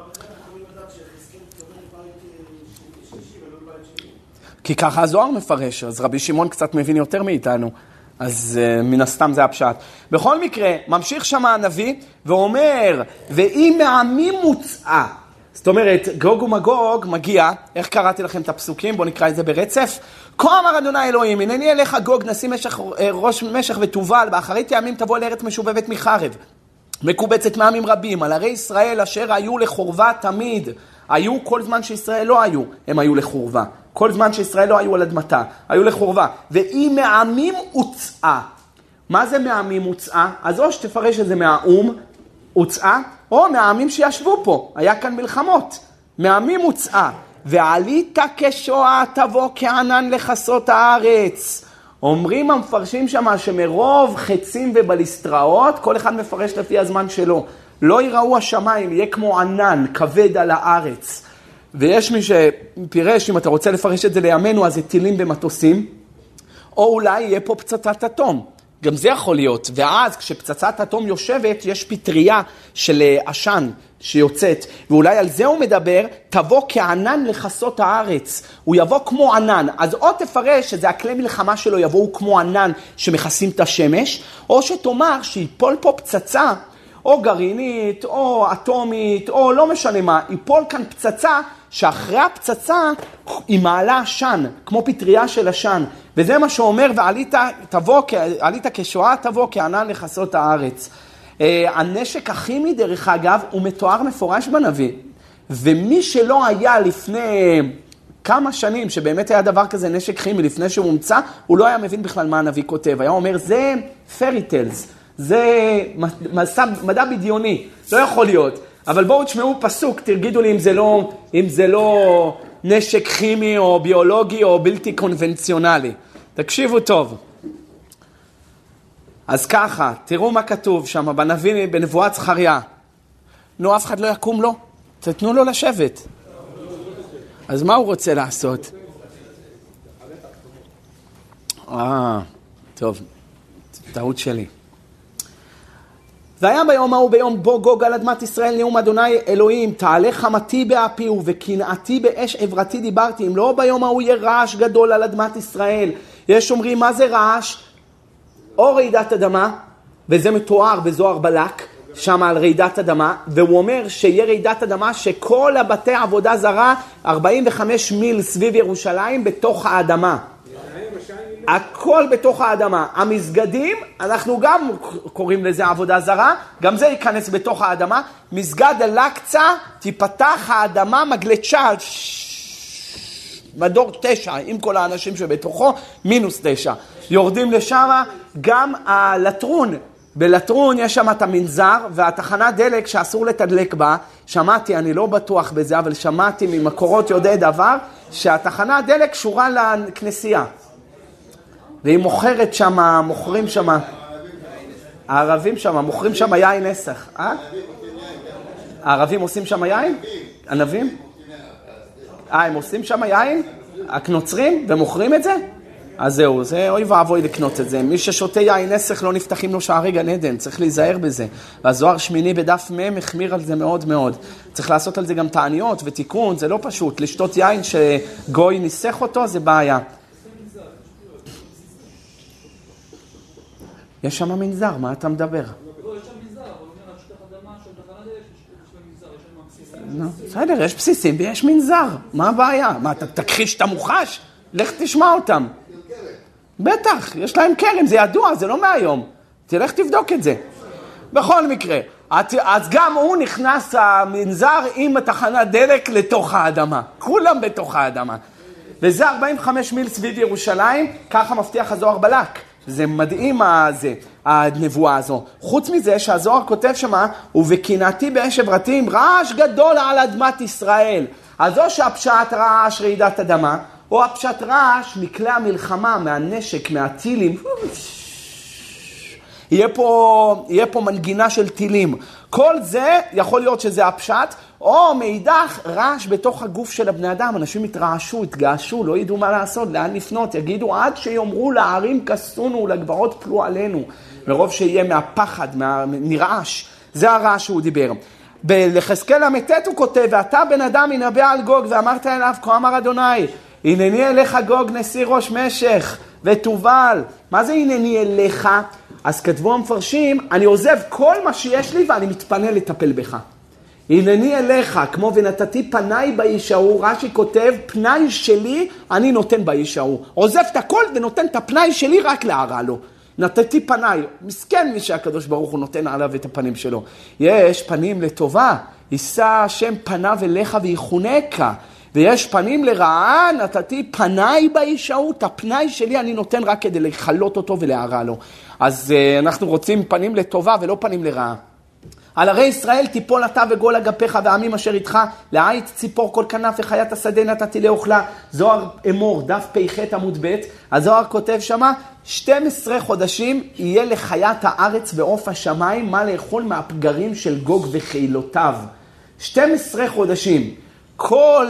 כי ככה הזוהר מפרש, אז רבי שמעון קצת מבין יותר מאיתנו, אז מן הסתם זה הפשט. בכל מקרה, ממשיך שם הנביא ואומר, ואם מעמים מוצאה, זאת אומרת, גוג ומגוג מגיע, איך קראתי לכם את הפסוקים? בואו נקרא את זה ברצף. כה אמר אדוני אלוהים, הנני אליך גוג, נשים ראש משך ותובל, באחרית ימים תבוא לארץ משובבת מחרב, מקובצת מעמים רבים, על ערי ישראל אשר היו לחורבה תמיד, היו כל זמן שישראל לא היו, הם היו לחורבה. כל זמן שישראל לא היו על אדמתה, היו לחורבה. ואם מעמים הוצאה, מה זה מעמים הוצאה? אז או שתפרש את זה מהאום, הוצאה, או מהעמים שישבו פה, היה כאן מלחמות, מעמים הוצאה, ועלית כשואה תבוא כענן לחסות הארץ. אומרים המפרשים שמה שמרוב חצים ובליסטראות, כל אחד מפרש לפי הזמן שלו, לא יראו השמיים, יהיה כמו ענן, כבד על הארץ. ויש מי שפירש, אם אתה רוצה לפרש את זה לימינו, אז זה טילים במטוסים, או אולי יהיה פה פצצת אטום. גם זה יכול להיות, ואז כשפצצת אטום יושבת, יש פטריה של עשן שיוצאת, ואולי על זה הוא מדבר, תבוא כענן לחסות הארץ, הוא יבוא כמו ענן, אז או תפרש שזה הכלי מלחמה שלו יבואו כמו ענן שמכסים את השמש, או שתאמר שיפול פה פצצה, או גרעינית, או אטומית, או לא משנה מה, יפול כאן פצצה, שאחרי הפצצה היא מעלה עשן, כמו פטריה של עשן. וזה מה שאומר, ועלית כשואה תבוא כענן לחסות הארץ. הנשק הכימי, דרך אגב, הוא מתואר מפורש בנביא. ומי שלא היה לפני כמה שנים, שבאמת היה דבר כזה נשק כימי לפני שהוא הומצא, הוא לא היה מבין בכלל מה הנביא כותב. היה אומר, זה fairy tales, זה מדע בדיוני, לא יכול להיות. אבל בואו תשמעו פסוק, תגידו לי אם זה לא נשק כימי או ביולוגי או בלתי קונבנציונלי. תקשיבו טוב. אז ככה, תראו מה כתוב שם בנבואת זכריה. נו, אף אחד לא יקום לו. תתנו לו לשבת. אז מה הוא רוצה לעשות? טוב, טעות שלי. והיה ביום ההוא ביום בו גוג על אדמת ישראל נאום אדוני אלוהים, תעלה חמתי באפיהו וקנאתי באש עברתי דיברתי, אם לא ביום ההוא יהיה רעש גדול על אדמת ישראל. יש אומרים מה זה רעש? או רעידת אדמה, וזה מתואר בזוהר בלק, שם על רעידת אדמה, והוא אומר שיהיה רעידת אדמה שכל הבתי עבודה זרה 45 מיל סביב ירושלים בתוך האדמה. הכל בתוך האדמה. המסגדים, אנחנו גם קוראים לזה עבודה זרה, גם זה ייכנס בתוך האדמה. מסגד אל-אקצא, תיפתח האדמה מגלצ'ה, מדור 9, עם כל האנשים שבתוכו, מינוס 9. יורדים לשם, גם הלטרון, בלטרון יש שם את המנזר, והתחנת דלק שאסור לתדלק בה, שמעתי, אני לא בטוח בזה, אבל שמעתי ממקורות יודעי דבר, שהתחנת דלק קשורה לכנסייה. והיא מוכרת שם, מוכרים שם, הערבים שם, מוכרים שם יין נסח. הערבים עושים שם יין? ענבים? הם עושים שם יין? הקנוצרים? ומוכרים את זה? אז זהו, זה אוי ואבוי לקנות את זה. מי ששותה יין נסח לא נפתחים לו שערי גן עדן, צריך להיזהר בזה. והזוהר שמיני בדף מ' החמיר על זה מאוד מאוד. צריך לעשות על זה גם תעניות ותיקון, זה לא פשוט. לשתות יין שגוי ניסח אותו, זה בעיה. יש שם מנזר, מה אתה מדבר? לא, יש שם מנזר, אבל הוא אומר, שטח אדמה של תחנת דלק, יש שם מנזר, יש שם בסיסים. בסדר, יש בסיסים ויש מנזר, מה הבעיה? מה, אתה תכחיש את המוחש? לך תשמע אותם. בטח, יש להם קרם, זה ידוע, זה לא מהיום. תלך תבדוק את זה. בכל מקרה, אז גם הוא נכנס המנזר עם התחנת דלק לתוך האדמה. כולם בתוך האדמה. וזה 45 מיל סביב ירושלים, ככה מבטיח הזוהר בלק. זה מדהים הנבואה הזו. חוץ מזה שהזוהר כותב שמה, ובקנאתי באש עברתי עם רעש גדול על אדמת ישראל. אז או שהפשט רעש רעידת אדמה, או הפשט רעש מכלי המלחמה, מהנשק, מהטילים. יהיה פה מנגינה של טילים. כל זה יכול להיות שזה הפשט, או מאידך רעש בתוך הגוף של הבני אדם. אנשים התרעשו, התגעשו, לא ידעו מה לעשות, לאן לפנות. יגידו עד שיאמרו לערים כסונו, לגבעות פלו עלינו. מרוב שיהיה מהפחד, נרעש. זה הרעש שהוא דיבר. לחזקאל המתת הוא כותב, ואתה בן אדם ינבא על גוג, ואמרת אליו, כה אמר אדוני, הנני אליך גוג נשיא ראש משך ותובל. מה זה הנני אליך? אז כתבו המפרשים, אני עוזב כל מה שיש לי ואני מתפנה לטפל בך. הנני אליך, כמו ונתתי פניי באיש ההוא, רש"י כותב, פניי שלי אני נותן באיש ההוא. עוזב את הכל ונותן את הפניי שלי רק להרע לו. נתתי פניי, מסכן מי שהקדוש ברוך הוא נותן עליו את הפנים שלו. יש פנים לטובה, יישא השם פניו אליך ויחונקה. ויש פנים לרעה, נתתי פניי באיש ההוא, את הפניי שלי אני נותן רק כדי לחלות אותו ולהרע לו. אז אנחנו רוצים פנים לטובה ולא פנים לרעה. על הרי ישראל תיפול אתה וגול אגפיך ועמים אשר איתך, לעית ציפור כל כנף וחיית השדה נתתי לאוכלה. זוהר אמור, דף פ"ח עמוד ב', הזוהר כותב שמה, 12 חודשים יהיה לחיית הארץ ועוף השמיים מה לאכול מהפגרים של גוג וחילותיו. 12 חודשים. כל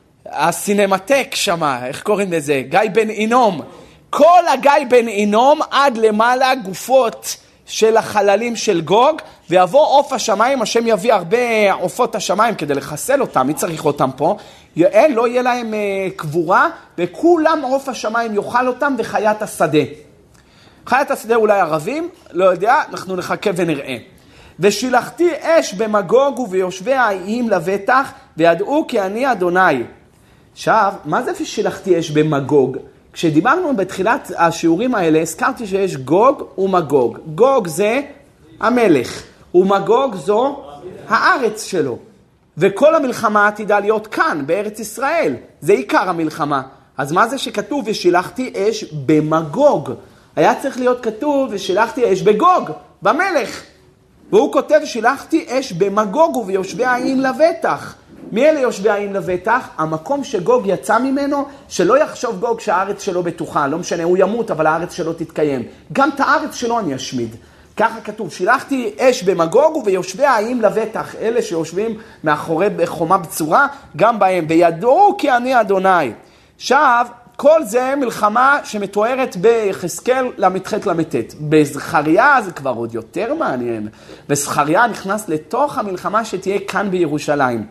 הסינמטק שמה, איך קוראים לזה? גיא בן אינום. כל הגיא בן אינום עד למעלה גופות של החללים של גוג, ויבוא עוף השמיים, השם יביא הרבה עופות השמיים כדי לחסל אותם, מי צריך אותם פה? לא יהיה להם קבורה, וכולם עוף השמיים יאכל אותם וחיית השדה. חיית השדה אולי ערבים, לא יודע, אנחנו נחכה ונראה. ושילחתי אש במגוג וביושבי האיים לבטח, וידעו כי אני אדוני. עכשיו, מה זה שילחתי אש במגוג? כשדיברנו בתחילת השיעורים האלה, הזכרתי שיש גוג ומגוג. גוג זה המלך, ומגוג זו הארץ שלו. וכל המלחמה תדע להיות כאן, בארץ ישראל. זה עיקר המלחמה. אז מה זה שכתוב ושילחתי אש במגוג? היה צריך להיות כתוב ושילחתי אש בגוג, במלך. והוא כותב שילחתי אש במגוג וביושבי האיים לבטח. מי אלה יושבי האיים לבטח? המקום שגוג יצא ממנו, שלא יחשוב גוג שהארץ שלו בטוחה, לא משנה, הוא ימות, אבל הארץ שלו תתקיים. גם את הארץ שלו אני אשמיד. ככה כתוב, שילחתי אש במגוג וביושבי העיים לבטח, אלה שיושבים מאחורי חומה בצורה, גם בהם, וידעו כי אני אדוני. עכשיו, כל זה מלחמה שמתוארת ביחזקאל למ"ח למ"ט. בזכריה זה כבר עוד יותר מעניין. בזכריה נכנס לתוך המלחמה שתהיה כאן בירושלים.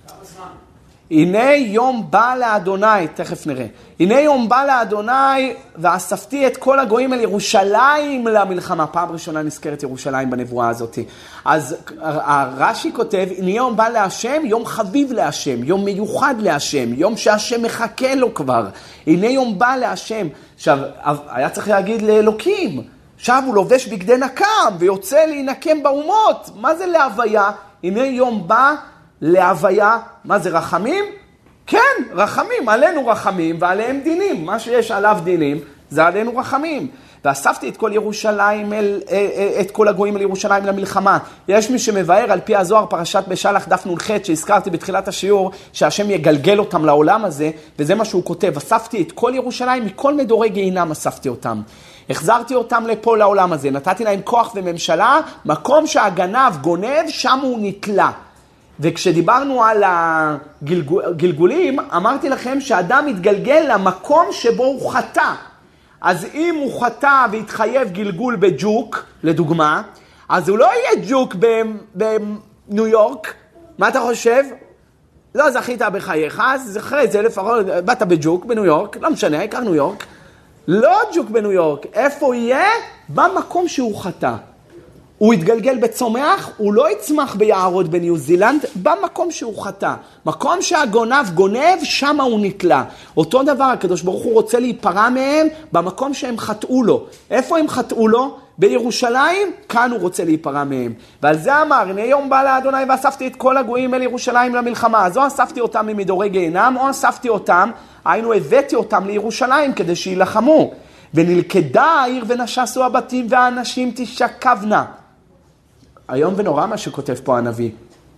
הנה יום בא לאדוני, תכף נראה. הנה יום בא לאדוני ואספתי את כל הגויים אל ירושלים למלחמה. פעם ראשונה נזכרת ירושלים בנבואה הזאת. אז הרש"י כותב, הנה יום בא להשם, יום חביב להשם, יום מיוחד להשם, יום שהשם מחכה לו כבר. הנה יום בא להשם. עכשיו, היה צריך להגיד לאלוקים. עכשיו הוא לובש בגדי נקם ויוצא להינקם באומות. מה זה להוויה? הנה יום בא להוויה, מה זה רחמים? כן, רחמים, עלינו רחמים ועליהם דינים. מה שיש עליו דינים זה עלינו רחמים. ואספתי את כל ירושלים, את כל הגויים אל ירושלים למלחמה. יש מי שמבאר על פי הזוהר פרשת בשלח דף נ"ח שהזכרתי בתחילת השיעור, שהשם יגלגל אותם לעולם הזה, וזה מה שהוא כותב. אספתי את כל ירושלים, מכל מדורי גיהינם אספתי אותם. החזרתי אותם לפה לעולם הזה, נתתי להם כוח וממשלה, מקום שהגנב גונב, שם הוא נתלה. וכשדיברנו על הגלגולים, אמרתי לכם שאדם מתגלגל למקום שבו הוא חטא. אז אם הוא חטא והתחייב גלגול בג'וק, לדוגמה, אז הוא לא יהיה ג'וק בניו יורק. מה אתה חושב? לא זכית בחייך, אז אחרי זה לפחות באת בג'וק בניו יורק, לא משנה, העיקר ניו יורק. לא ג'וק בניו יורק, איפה הוא יהיה? במקום שהוא חטא. הוא יתגלגל בצומח, הוא לא יצמח ביערות בניו זילנד, במקום שהוא חטא. מקום שהגונב גונב, שם הוא נתלה. אותו דבר, הקדוש ברוך הוא רוצה להיפרע מהם, במקום שהם חטאו לו. איפה הם חטאו לו? בירושלים, כאן הוא רוצה להיפרע מהם. ועל זה אמר, הנה יום בא לאדוני ואספתי את כל הגויים אל ירושלים למלחמה. אז או אספתי אותם ממדורי גיהינם, או אספתי אותם, היינו הבאתי אותם לירושלים כדי שילחמו. ונלכדה העיר ונשסו הבתים והאנשים תשכבנה. היום ונורא מה שכותב פה הנביא.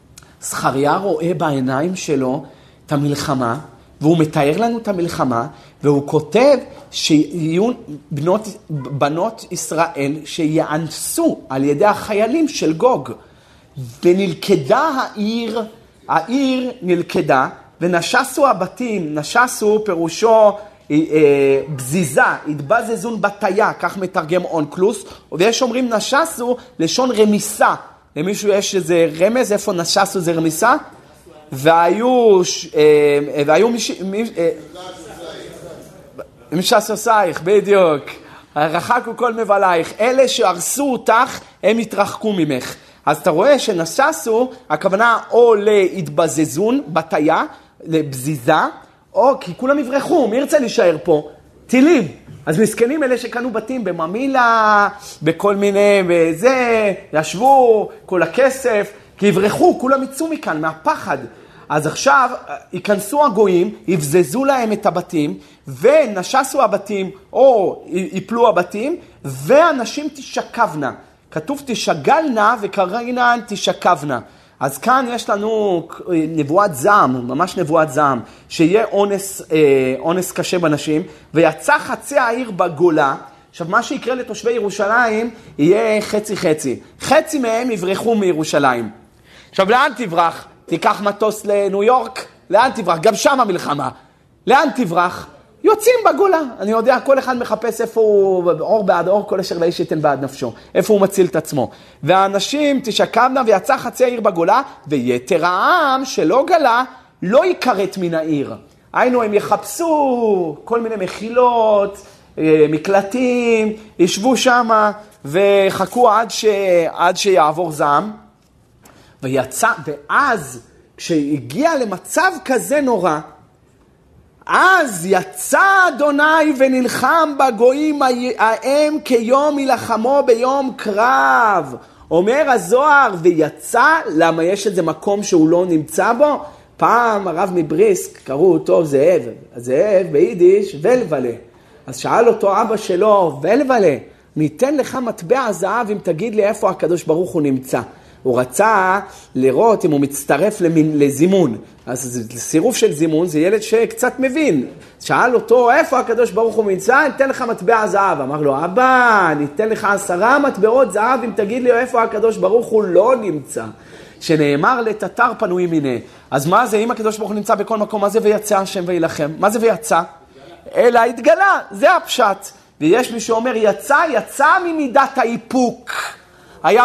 זכריה רואה בעיניים שלו את המלחמה, והוא מתאר לנו את המלחמה, והוא כותב שיהיו בנות ישראל שיאנסו על ידי החיילים של גוג. ונלכדה העיר נלכדה, ונשסו הבתים, נשסו פירושו בזיזה, התבזזון בתיה, כך מתרגם אונקלוס, ויש אומרים נשסו לשון רמיסה. למישהו יש איזה רמז, איפה נשסו זה רמיסה? והיו משסוסייך, בדיוק. רחקו כל מבלייך. אלה שהרסו אותך, הם התרחקו ממך. אז אתה רואה שנשסו, הכוונה או להתבזזון בתיה, לבזיזה, או כי כולם יברחו, מי ירצה להישאר פה? טילים. אז מסכנים אלה שקנו בתים בממילה, בכל מיני, וזה, ישבו, כל הכסף, כי יברחו, כולם יצאו מכאן, מהפחד. אז עכשיו ייכנסו הגויים, יבזזו להם את הבתים, ונשסו הבתים, או יפלו הבתים, ואנשים תשכבנה. כתוב תשגלנה וקראינן תשכבנה. אז כאן יש לנו נבואת זעם, ממש נבואת זעם, שיהיה אונס קשה בנשים, ויצא חצי העיר בגולה. עכשיו מה שיקרה לתושבי ירושלים יהיה חצי חצי. חצי מהם יברחו מירושלים. עכשיו לאן תברח? תיקח מטוס לניו יורק? לאן תברח? גם שם המלחמה. לאן תברח? יוצאים בגולה. אני יודע, כל אחד מחפש איפה הוא, אור בעד אור, כל אשר לאיש ייתן בעד נפשו. איפה הוא מציל את עצמו. והאנשים תשכבנה ויצא חצי העיר בגולה, ויתר העם שלא גלה, לא יקראת מן העיר. היינו, הם יחפשו כל מיני מחילות, מקלטים, ישבו שם וחכו עד שיעבור זעם. ואז כשהגיע למצב כזה נורא, אז יצא אדוני ונלחם בגויים ההם כיום מלחמו ביום קרב. אומר הזוהר, ויצא, למה יש איזה מקום שהוא לא נמצא בו? פעם הרב מבריסק, קראו אותו זאב, הזאב ביידיש ולבלה. אז שאל אותו אבא שלו, ולבלה, ניתן לך מטבע זהב אם תגיד לי איפה הקדוש ברוך הוא נמצא. הוא רצה לראות אם הוא מצטרף לזימון. אז סירוף של זימון זה ילד שקצת מבין. שאל אותו, איפה הקדוש ברוך הוא נמצא? ניתן לך מטבע זהב. אמר לו, אבא, ניתן לך 10 מטבעות זהב אם תגיד לי איפה הקדוש ברוך הוא לא נמצא. שנאמר לתתר פנוי מיני. אז מה זה, אם הקדוש ברוך הוא נמצא בכל מקום, מה זה ויצא השם וילחם? מה זה ויצא? אלא התגלה, זה הפשט. ויש מי שאומר, יצא ממידת האיפוק. היה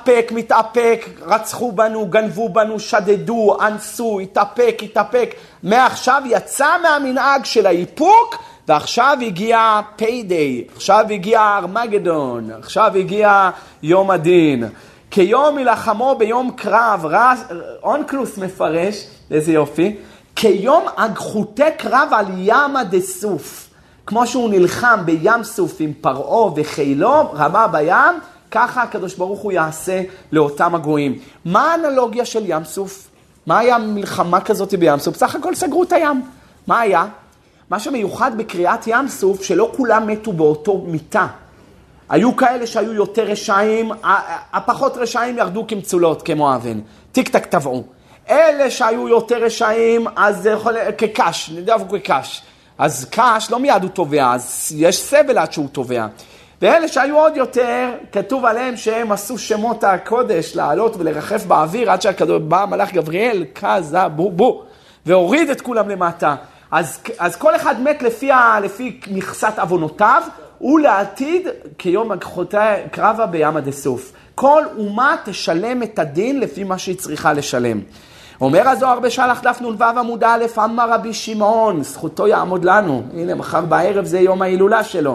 מתאפק, רצחו בנו, גנבו בנו, שדדו, אנסו, התאפק. מעכשיו יצא מהמנהג של האיפוק, ועכשיו הגיע פיידיי, עכשיו הגיע ארמגדון, עכשיו הגיע יום הדין. כיום מלחמו ביום קרב, אונקלוס מפרש, איזה יופי, כיום אגחותי קרב על ימה דסוף. כמו שהוא נלחם בים סוף עם פרעה וחילו, רמה בים, ככה הקדוש ברוך הוא יעשה לאותם הגויים. מה האנלוגיה של ים סוף? מה היה מלחמה כזאת בים סוף? סך הכל סגרו את הים. מה היה? מה שמיוחד בקריאת ים סוף, שלא כולם מתו באותו מיטה. היו כאלה שהיו יותר רשעים, הפחות רשעים ירדו כמצולות, כמו אבן. טיק טק טבעו. אלה שהיו יותר רשעים, אז זה יכול, כקש, נדעו כקש. אז קש לא מיד הוא תובע, אז יש סבל עד שהוא תובע. ואלה שהיו עוד יותר, כתוב עליהם שהם עשו שמות הקודש לעלות ולרחף באוויר, עד שבא מלאך גבריאל, כזה בו, והוריד את כולם למטה. אז כל אחד מת לפי מכסת אבונותיו, ולעתיד כיום אגחותי קרבה בים דסוף. כל אומה תשלם את הדין לפי מה שהיא צריכה לשלם. אומר הזוהר בשלח דף נ"ו עמוד א', אמר רבי שמעון, זכותו יעמוד לנו. הנה, מחר בערב זה יום ההילולה שלו.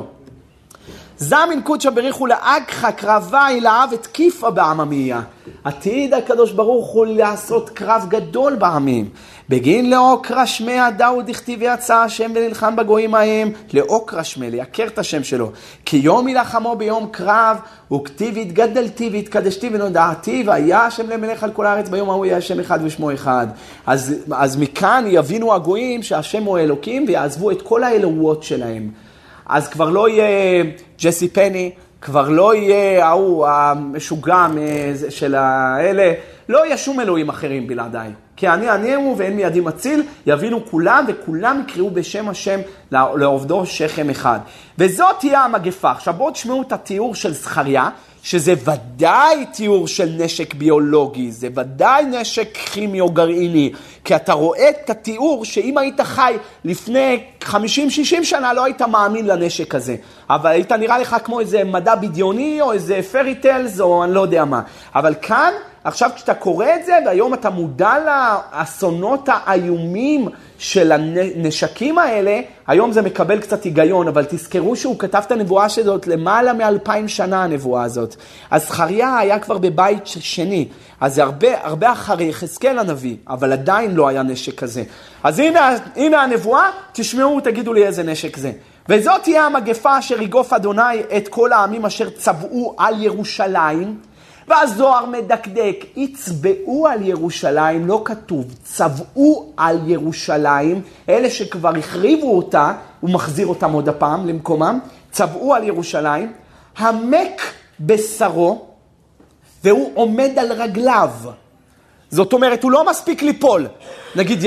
זמין קודשא בריחו לאגחה קרבה אליו את כיפה בעממיה. עתיד הקדוש ברוך הוא לעשות קרב גדול בעמים. בגין לאוקרא שמיה דאוד הכתיב יצא השם ונלחם בגויים ההם. לאוקרא שמיה, לייקר את השם שלו. כי יום ילחמו ביום קרב, וכתיב התגדלתי והתקדשתי ונודעתי, והיה השם למלך על כל הארץ ביום ההוא יהיה השם אחד ושמו אחד. אז מכאן יבינו הגויים שהשם הוא אלוקים ויעזבו את כל האלוהות שלהם. אז כבר לא יהיה ג'סי פני, כבר לא יהיה המשוגע של האלה, לא יהיה שום אלוהים אחרים בלעדיי. כי אני הוא ואין מידי מציל, יבינו כולם וכולם יקראו בשם השם לעובדו שכם אחד. וזאת תהיה המגפה. עכשיו בואו תשמעו את התיאור של זכריה, שזה ודאי תיאור של נשק ביולוגי, זה ודאי נשק כימי או גרעיני, כי אתה רואה את התיאור שאם היית חי לפני 50-60 שנה לא היית מאמין לנשק הזה, אבל היית נראה לך כמו איזה מדע בדיוני או איזה פרי טיילס או אני לא יודע מה, אבל כאן עכשיו כשאתה קורא את זה והיום אתה מודע לאסונות האיומים של הנשקים האלה, היום זה מקבל קצת היגיון, אבל תזכרו שהוא כתב את הנבואה הזאת למעלה מ2000 שנה הנבואה הזאת. אז זכריה היה כבר בבית שני, אז זה הרבה אחרי יחזקאל הנביא, אבל עדיין לא היה נשק כזה. אז הנה הנבואה, תשמעו, תגידו לי איזה נשק זה. וזאת תהיה המגפה אשר יגוף אדוני את כל העמים אשר צבעו על ירושלים, והזוהר מדקדק, יצבעו על ירושלים, לא כתוב, צבעו על ירושלים, אלה שכבר החריבו אותה, הוא מחזיר אותם עוד הפעם למקומם, צבעו על ירושלים, המק בשרו, והוא עומד על רגליו. זאת אומרת, הוא לא מספיק ליפול. נגיד,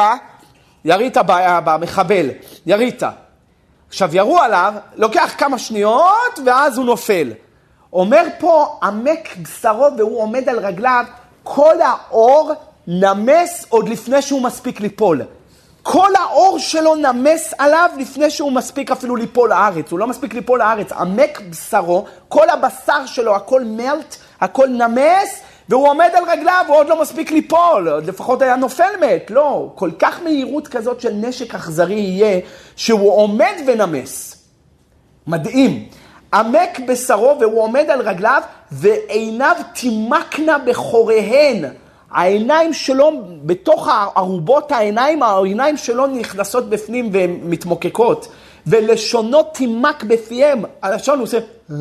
ירית במחבל, ירית. עכשיו, ירו עליו, לוקח כמה שניות, ואז הוא נופל. אומר פה, עמק בשרו והוא עומד על רגליו, כל האור נמס עוד לפני שהוא מספיק ליפול. כל האור שלו נמס עליו לפני שהוא מספיק אפילו ליפול לארץ. הוא לא מספיק ליפול לארץ. עמק בשרו, כל הבשר שלו, הכל מלט, הכל נמס, והוא עומד על רגליו, הוא עוד לא מספיק ליפול. לפחות היה נופל מת. לא, כל כך מהירות כזאת של נשק אכזרי יהיה, שהוא עומד ונמס. מדהים. עמק בשרו והוא עומד על רגליו ועיניו תימקנה בחוריהן. העיניים שלו, בתוך הערובות העיניים שלו נכנסות בפנים ומתמוקקות. ולשונות תימק בפיהם. הלשון הוא עושה...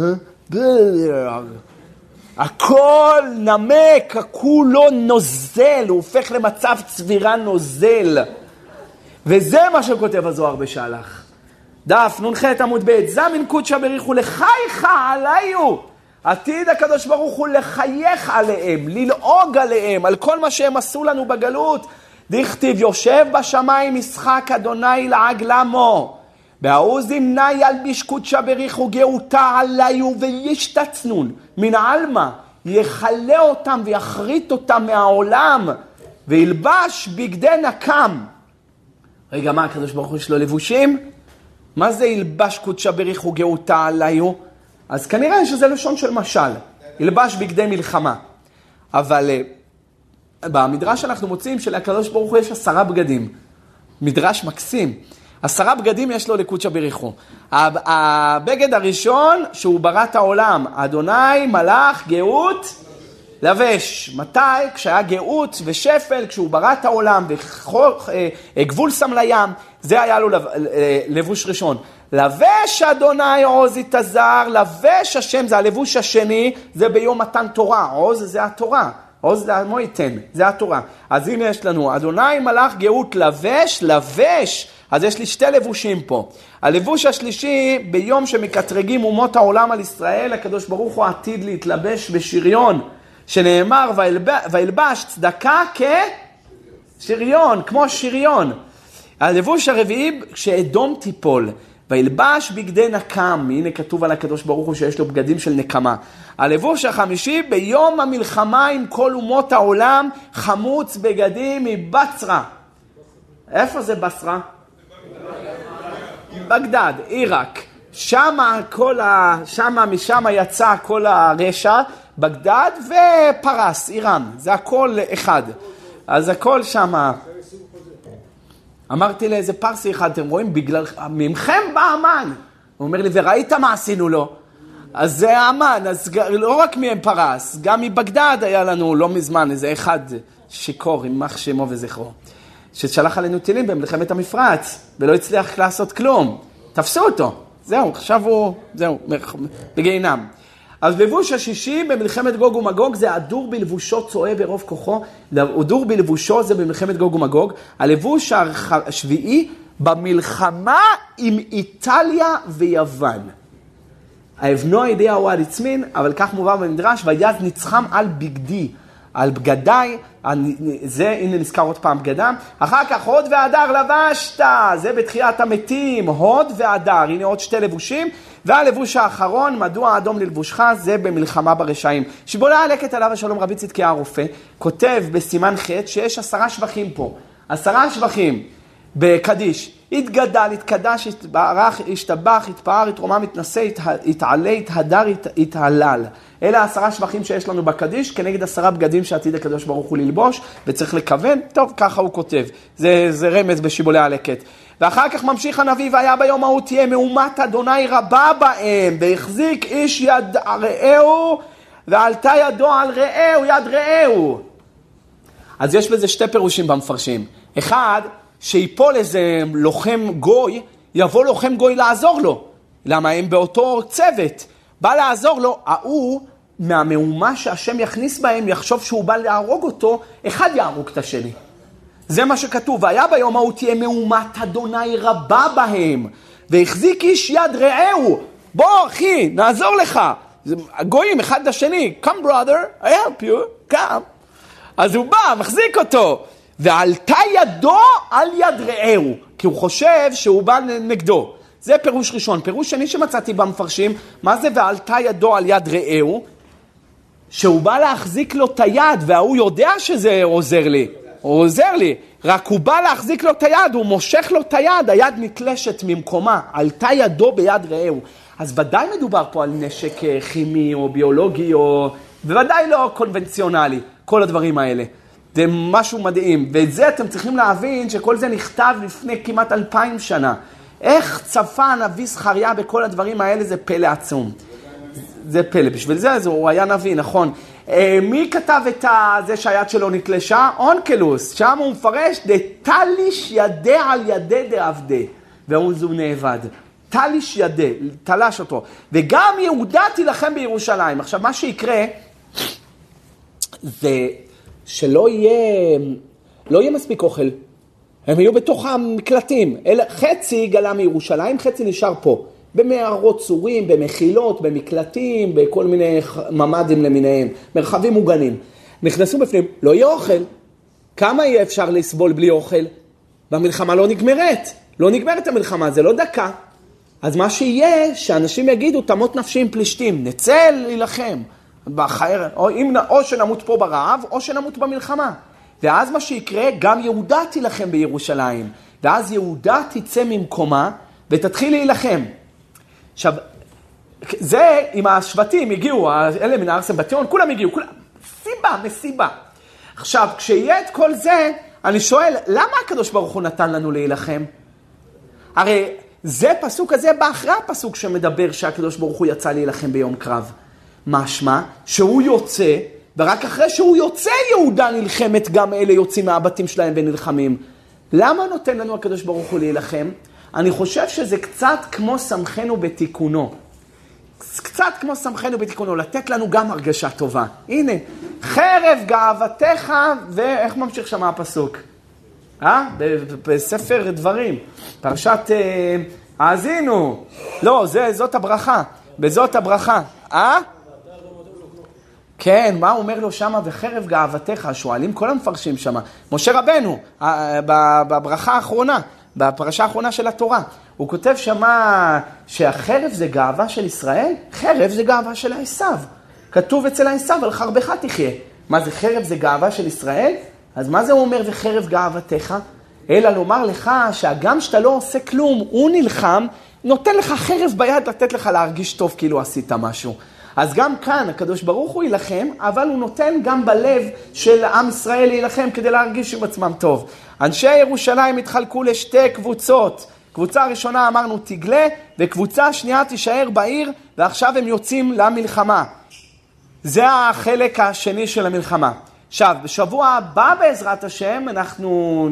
הכל נמק, כולו נוזל, הוא הופך למצב צבירה נוזל. וזה מה שכותב הזוהר בשלח. דף נ"ח עמוד ב' זמין קודשא בריחו לחייך עליו. עתיד הקדוש ברוך הוא לחייך עליהם, ללעוג עליהם, על כל מה שהם עשו לנו בגלות. דכתיב יושב בשמיים משחק אדוני לעג למו. בעוז ימנע ילביש קודשה בריחו גאותה עליו וישתצנון. מן העלמה יחלה אותם ויחריט אותם מהעולם וילבש בגדי נקם. רגע, מה הקדוש ברוך הוא יש לו לבושים? מה זה ילבש קודשה בריחו גאותה עליו? אז כנראה שזה לשון של משל. ילבש בגדי מלחמה. אבל במדרש אנחנו מוצאים שלקדוש ברוך הוא יש 10 בגדים. מדרש מקסים. 10 בגדים יש לו לקודשה בריחו. הבגד הראשון שהוא ברא את העולם, אדוני מלאך גאות לבש. מתי? כשהיה גאות ושפל, כשהוא ברא את העולם וגבול שם לים, זה היה לו לבוש ראשון. לבש אדוני עוז יתזר, לבש השם, זה הלבוש השני, זה ביום מתן תורה. עוז זה התורה. עוז לעמו ייתן, זה התורה. אז הנה יש לנו, אדוני מלאך גאות לבש, אז יש לי 2 לבושים פה. הלבוש השלישי, ביום שמקטרגים אומות העולם על ישראל, הקדוש ברוך הוא עתיד להתלבש בשריון, שנאמר, וילבש צדקה כשריון, כמו שריון. הלבוש הרביעי, כשאדום תיפול, וילבש בגדי נקם, הנה כתוב על הקדוש ברוך הוא שיש לו בגדים של נקמה. הלבוש החמישי, ביום המלחמה עם כל אומות העולם, חמוץ בגדים מבצרה. איפה זה בצרה? בגדד, עיראק. משם יצא כל הרשע, בגדד ופרס, איראן. זה הכל אחד. אז הכל שם. אמרתי לאיזה פרסי אחד, אתם רואים, ממכם בא המן. הוא אומר לי, וראית מה עשינו לו? אז זה המן, אז לא רק מהם פרס, גם מבגדד היה לנו לא מזמן, איזה אחד שיקור, יימח שמו וזכרו, ששלח עלינו טילים במלחמת המפרץ, ולא הצליח לעשות כלום. תפסו אותו. זהו, עכשיו הוא, בגיהינום. אז לבוש השישי במלחמת גוג ומגוג זה הדור בלבושו צועה ברוב כוחו. הדור בלבושו זה במלחמת גוג ומגוג. הלבוש השביעי במלחמה עם איטליה ויוון. האבנו הידיעה הוא על עצמין, אבל כך מובא במדרש, ויד נצחם על בגדי, על בגדיי, זה הנה נזכר עוד פעם בגדם. אחר כך הוד והדר לבשת, זה בתחיית המתים, הוד והדר, הנה עוד 2 לבושים. והלבוש האחרון, מדוע האדום ללבושך, זה במלחמה ברשעים. שיבולה הלקט עליו השלום רבי צדקי הרופא, כותב בסימן ח' שיש 10 שבחים פה. 10 שבחים בקדיש. התגדל, התקדש, התברך, השתבח, התפאר, התרומם, התנשא, התעלה, התהדר, התהלל. אלה 10 שבחים שיש לנו בקדיש, כנגד 10 בגדים שעתיד הקדוש ברוך הוא ללבוש, וצריך לכוון. טוב, ככה הוא כותב. זה רמז בשיבולי הלקט. ואחר כך ממשיך הנביא, והיה ביום ההוא תהיה מהומת אדוני רבה בהם, והחזיק איש יד רעהו, ועלתה ידו על רעהו, יד רעהו. אז יש בזה 2 פירושים במפרשים. אחד, שיפול איזה לוחם גוי, יבוא לוחם גוי לעזור לו. למה? הם באותו צוות. בא לעזור לו, הוא מהמהומה שהשם יכניס בהם, יחשוב שהוא בא להרוג אותו, אחד יהרוג את השני. זה מה שכתוב, והיה ביום ההוא תהיה מהומת אדוני רבה בהם, והחזיק איש יד רעהו, בוא אחי, נעזור לך. הגויים אחד לשני, come brother, I help you, come. אז הוא בא, מחזיק אותו, ועלתה ידו על יד רעהו, כי הוא חושב שהוא בא נגדו. זה פירוש ראשון. פירוש שני שמצאתי במפרשים, מה זה ועלתה ידו על יד רעהו? שהוא בא להחזיק לו את היד, והוא יודע שזה עוזר לי. הוא עוזר לי, רק הוא בא להחזיק לו את היד, הוא מושך לו את היד, היד נתלשת ממקומה, עלתה ידו ביד רעהו. אז ודאי מדובר פה על נשק כימי או ביולוגי, או בוודאי לא קונבנציונלי, כל הדברים האלה. זה משהו מדהים, ואת זה אתם צריכים להבין שכל זה נכתב לפני כמעט 2000 שנה. איך צפה הנביא זכריה בכל הדברים האלה, זה פלא עצום. זה פלא, בשביל זה הוא היה נביא, נכון. מי כתב את זה שהיד שלו נתלשה? אונקלוס, שם הוא מפרש, תליש ידי על ידי דעבדי, והוא זו נאבד. תליש ידי, תלש אותו. וגם יהודה תילחם בירושלים. עכשיו, מה שיקרה, זה שלא יהיה מספיק אוכל. הם היו בתוך המקלטים. חצי גלה מירושלים, חצי נשאר פה. במערות צורים, במחילות, במקלטים, בכל מיני ממדים למיניהם, מרחבים מוגנים. נכנסו בפנים, לא יהיה אוכל. כמה יהיה אפשר לסבול בלי אוכל? והמלחמה לא נגמרת. לא נגמרת המלחמה, זה לא דקה. אז מה שיהיה, שאנשים יגידו, תמות נפשי עם פלישתים, נצא להילחם. או שנמות פה ברעב, או שנמות במלחמה. ואז מה שיקרה, גם יהודה תילחם בירושלים. ואז יהודה תצא ממקומה, ותתחיל להילחם. עכשיו, זה, אם השבטים הגיעו, אלה מן הארץ בתיאון, כולם הגיעו, מסיבה. עכשיו, כשיהיה את כל זה, אני שואל, למה הקדוש ברוך הוא נתן לנו להילחם? הרי זה פסוק הזה בא אחרי הפסוק שמדבר שהקדוש ברוך הוא יצא להילחם ביום קרב. משמע שהוא יוצא, ורק אחרי שהוא יוצא יהודה נלחמת, גם אלה יוצאים מהבתים שלהם ונלחמים. למה נותן לנו הקדוש ברוך הוא להילחם? אני חושב שזה קצת כמו שמחנו בתיקונו. קצת כמו שמחנו בתיקונו, לתת לנו גם הרגשה טובה. הנה, חרב גאוותך, ואיך ממשיך שם הפסוק? בספר דברים, פרשת האזינו. לא, זאת הברכה. בזאת הברכה. כן, מה הוא אומר לו שמה? וחרב גאוותך, שואלים כל המפרשים שמה. משה רבנו, בברכה האחרונה, בפרשה האחרונה של התורה. הוא כותב שמה שהחרב זה גאווה של ישראל, חרב זה גאווה של עשיו. כתוב אצל עשיו, על חרבך תחיה. מה זה חרב זה גאווה של ישראל? אז מה זה הוא אומר וחרב גאוותך? אלא לומר לך שהגם שאתה לא עושה כלום, הוא נלחם, נותן לך חרב ביד לתת לך להרגיש טוב כאילו עשית משהו. אז גם כאן הקדוש ברוך הוא ילחם, אבל הוא נותן גם בלב של עם ישראל להילחם כדי להרגיש עם עצמם טוב. אנשי ירושלים התחלקו לשתי קבוצות. קבוצה ראשונה אמרנו תגלה, וקבוצה שנייה תישאר בעיר, ועכשיו הם יוצאים למלחמה. זה החלק השני של המלחמה. עכשיו, בשבוע הבא בעזרת השם, אנחנו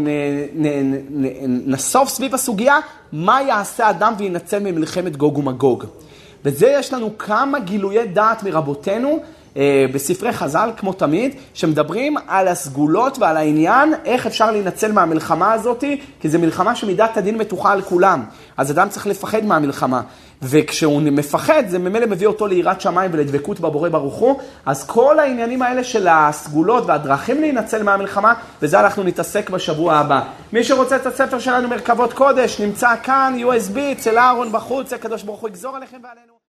נסוף סביב הסוגיה, מה יעשה אדם וינצל ממלחמת גוג ומגוג. בזה יש לנו כמה גילויי דעת מרבותינו, בספרי חז"ל כמו תמיד, שמדברים על הסגולות ועל העניין, איך אפשר להינצל מהמלחמה הזאת, כי זו מלחמה שמידת הדין מתוחה על כולם. אז אדם צריך לפחד מהמלחמה. וכשהוא מפחד, זה ממילא מביא אותו ליראת שמיים ולדבקות בבורא ברוך הוא. אז כל העניינים האלה של הסגולות והדרכים להינצל מהמלחמה, וזה אנחנו נתעסק בשבוע הבא. מי שרוצה את הספר שלנו מרכבות קודש, נמצא כאן, USB, אצל אהרון בחוץ, הקדוש ברוך הוא יגזור עליכם ועלינו.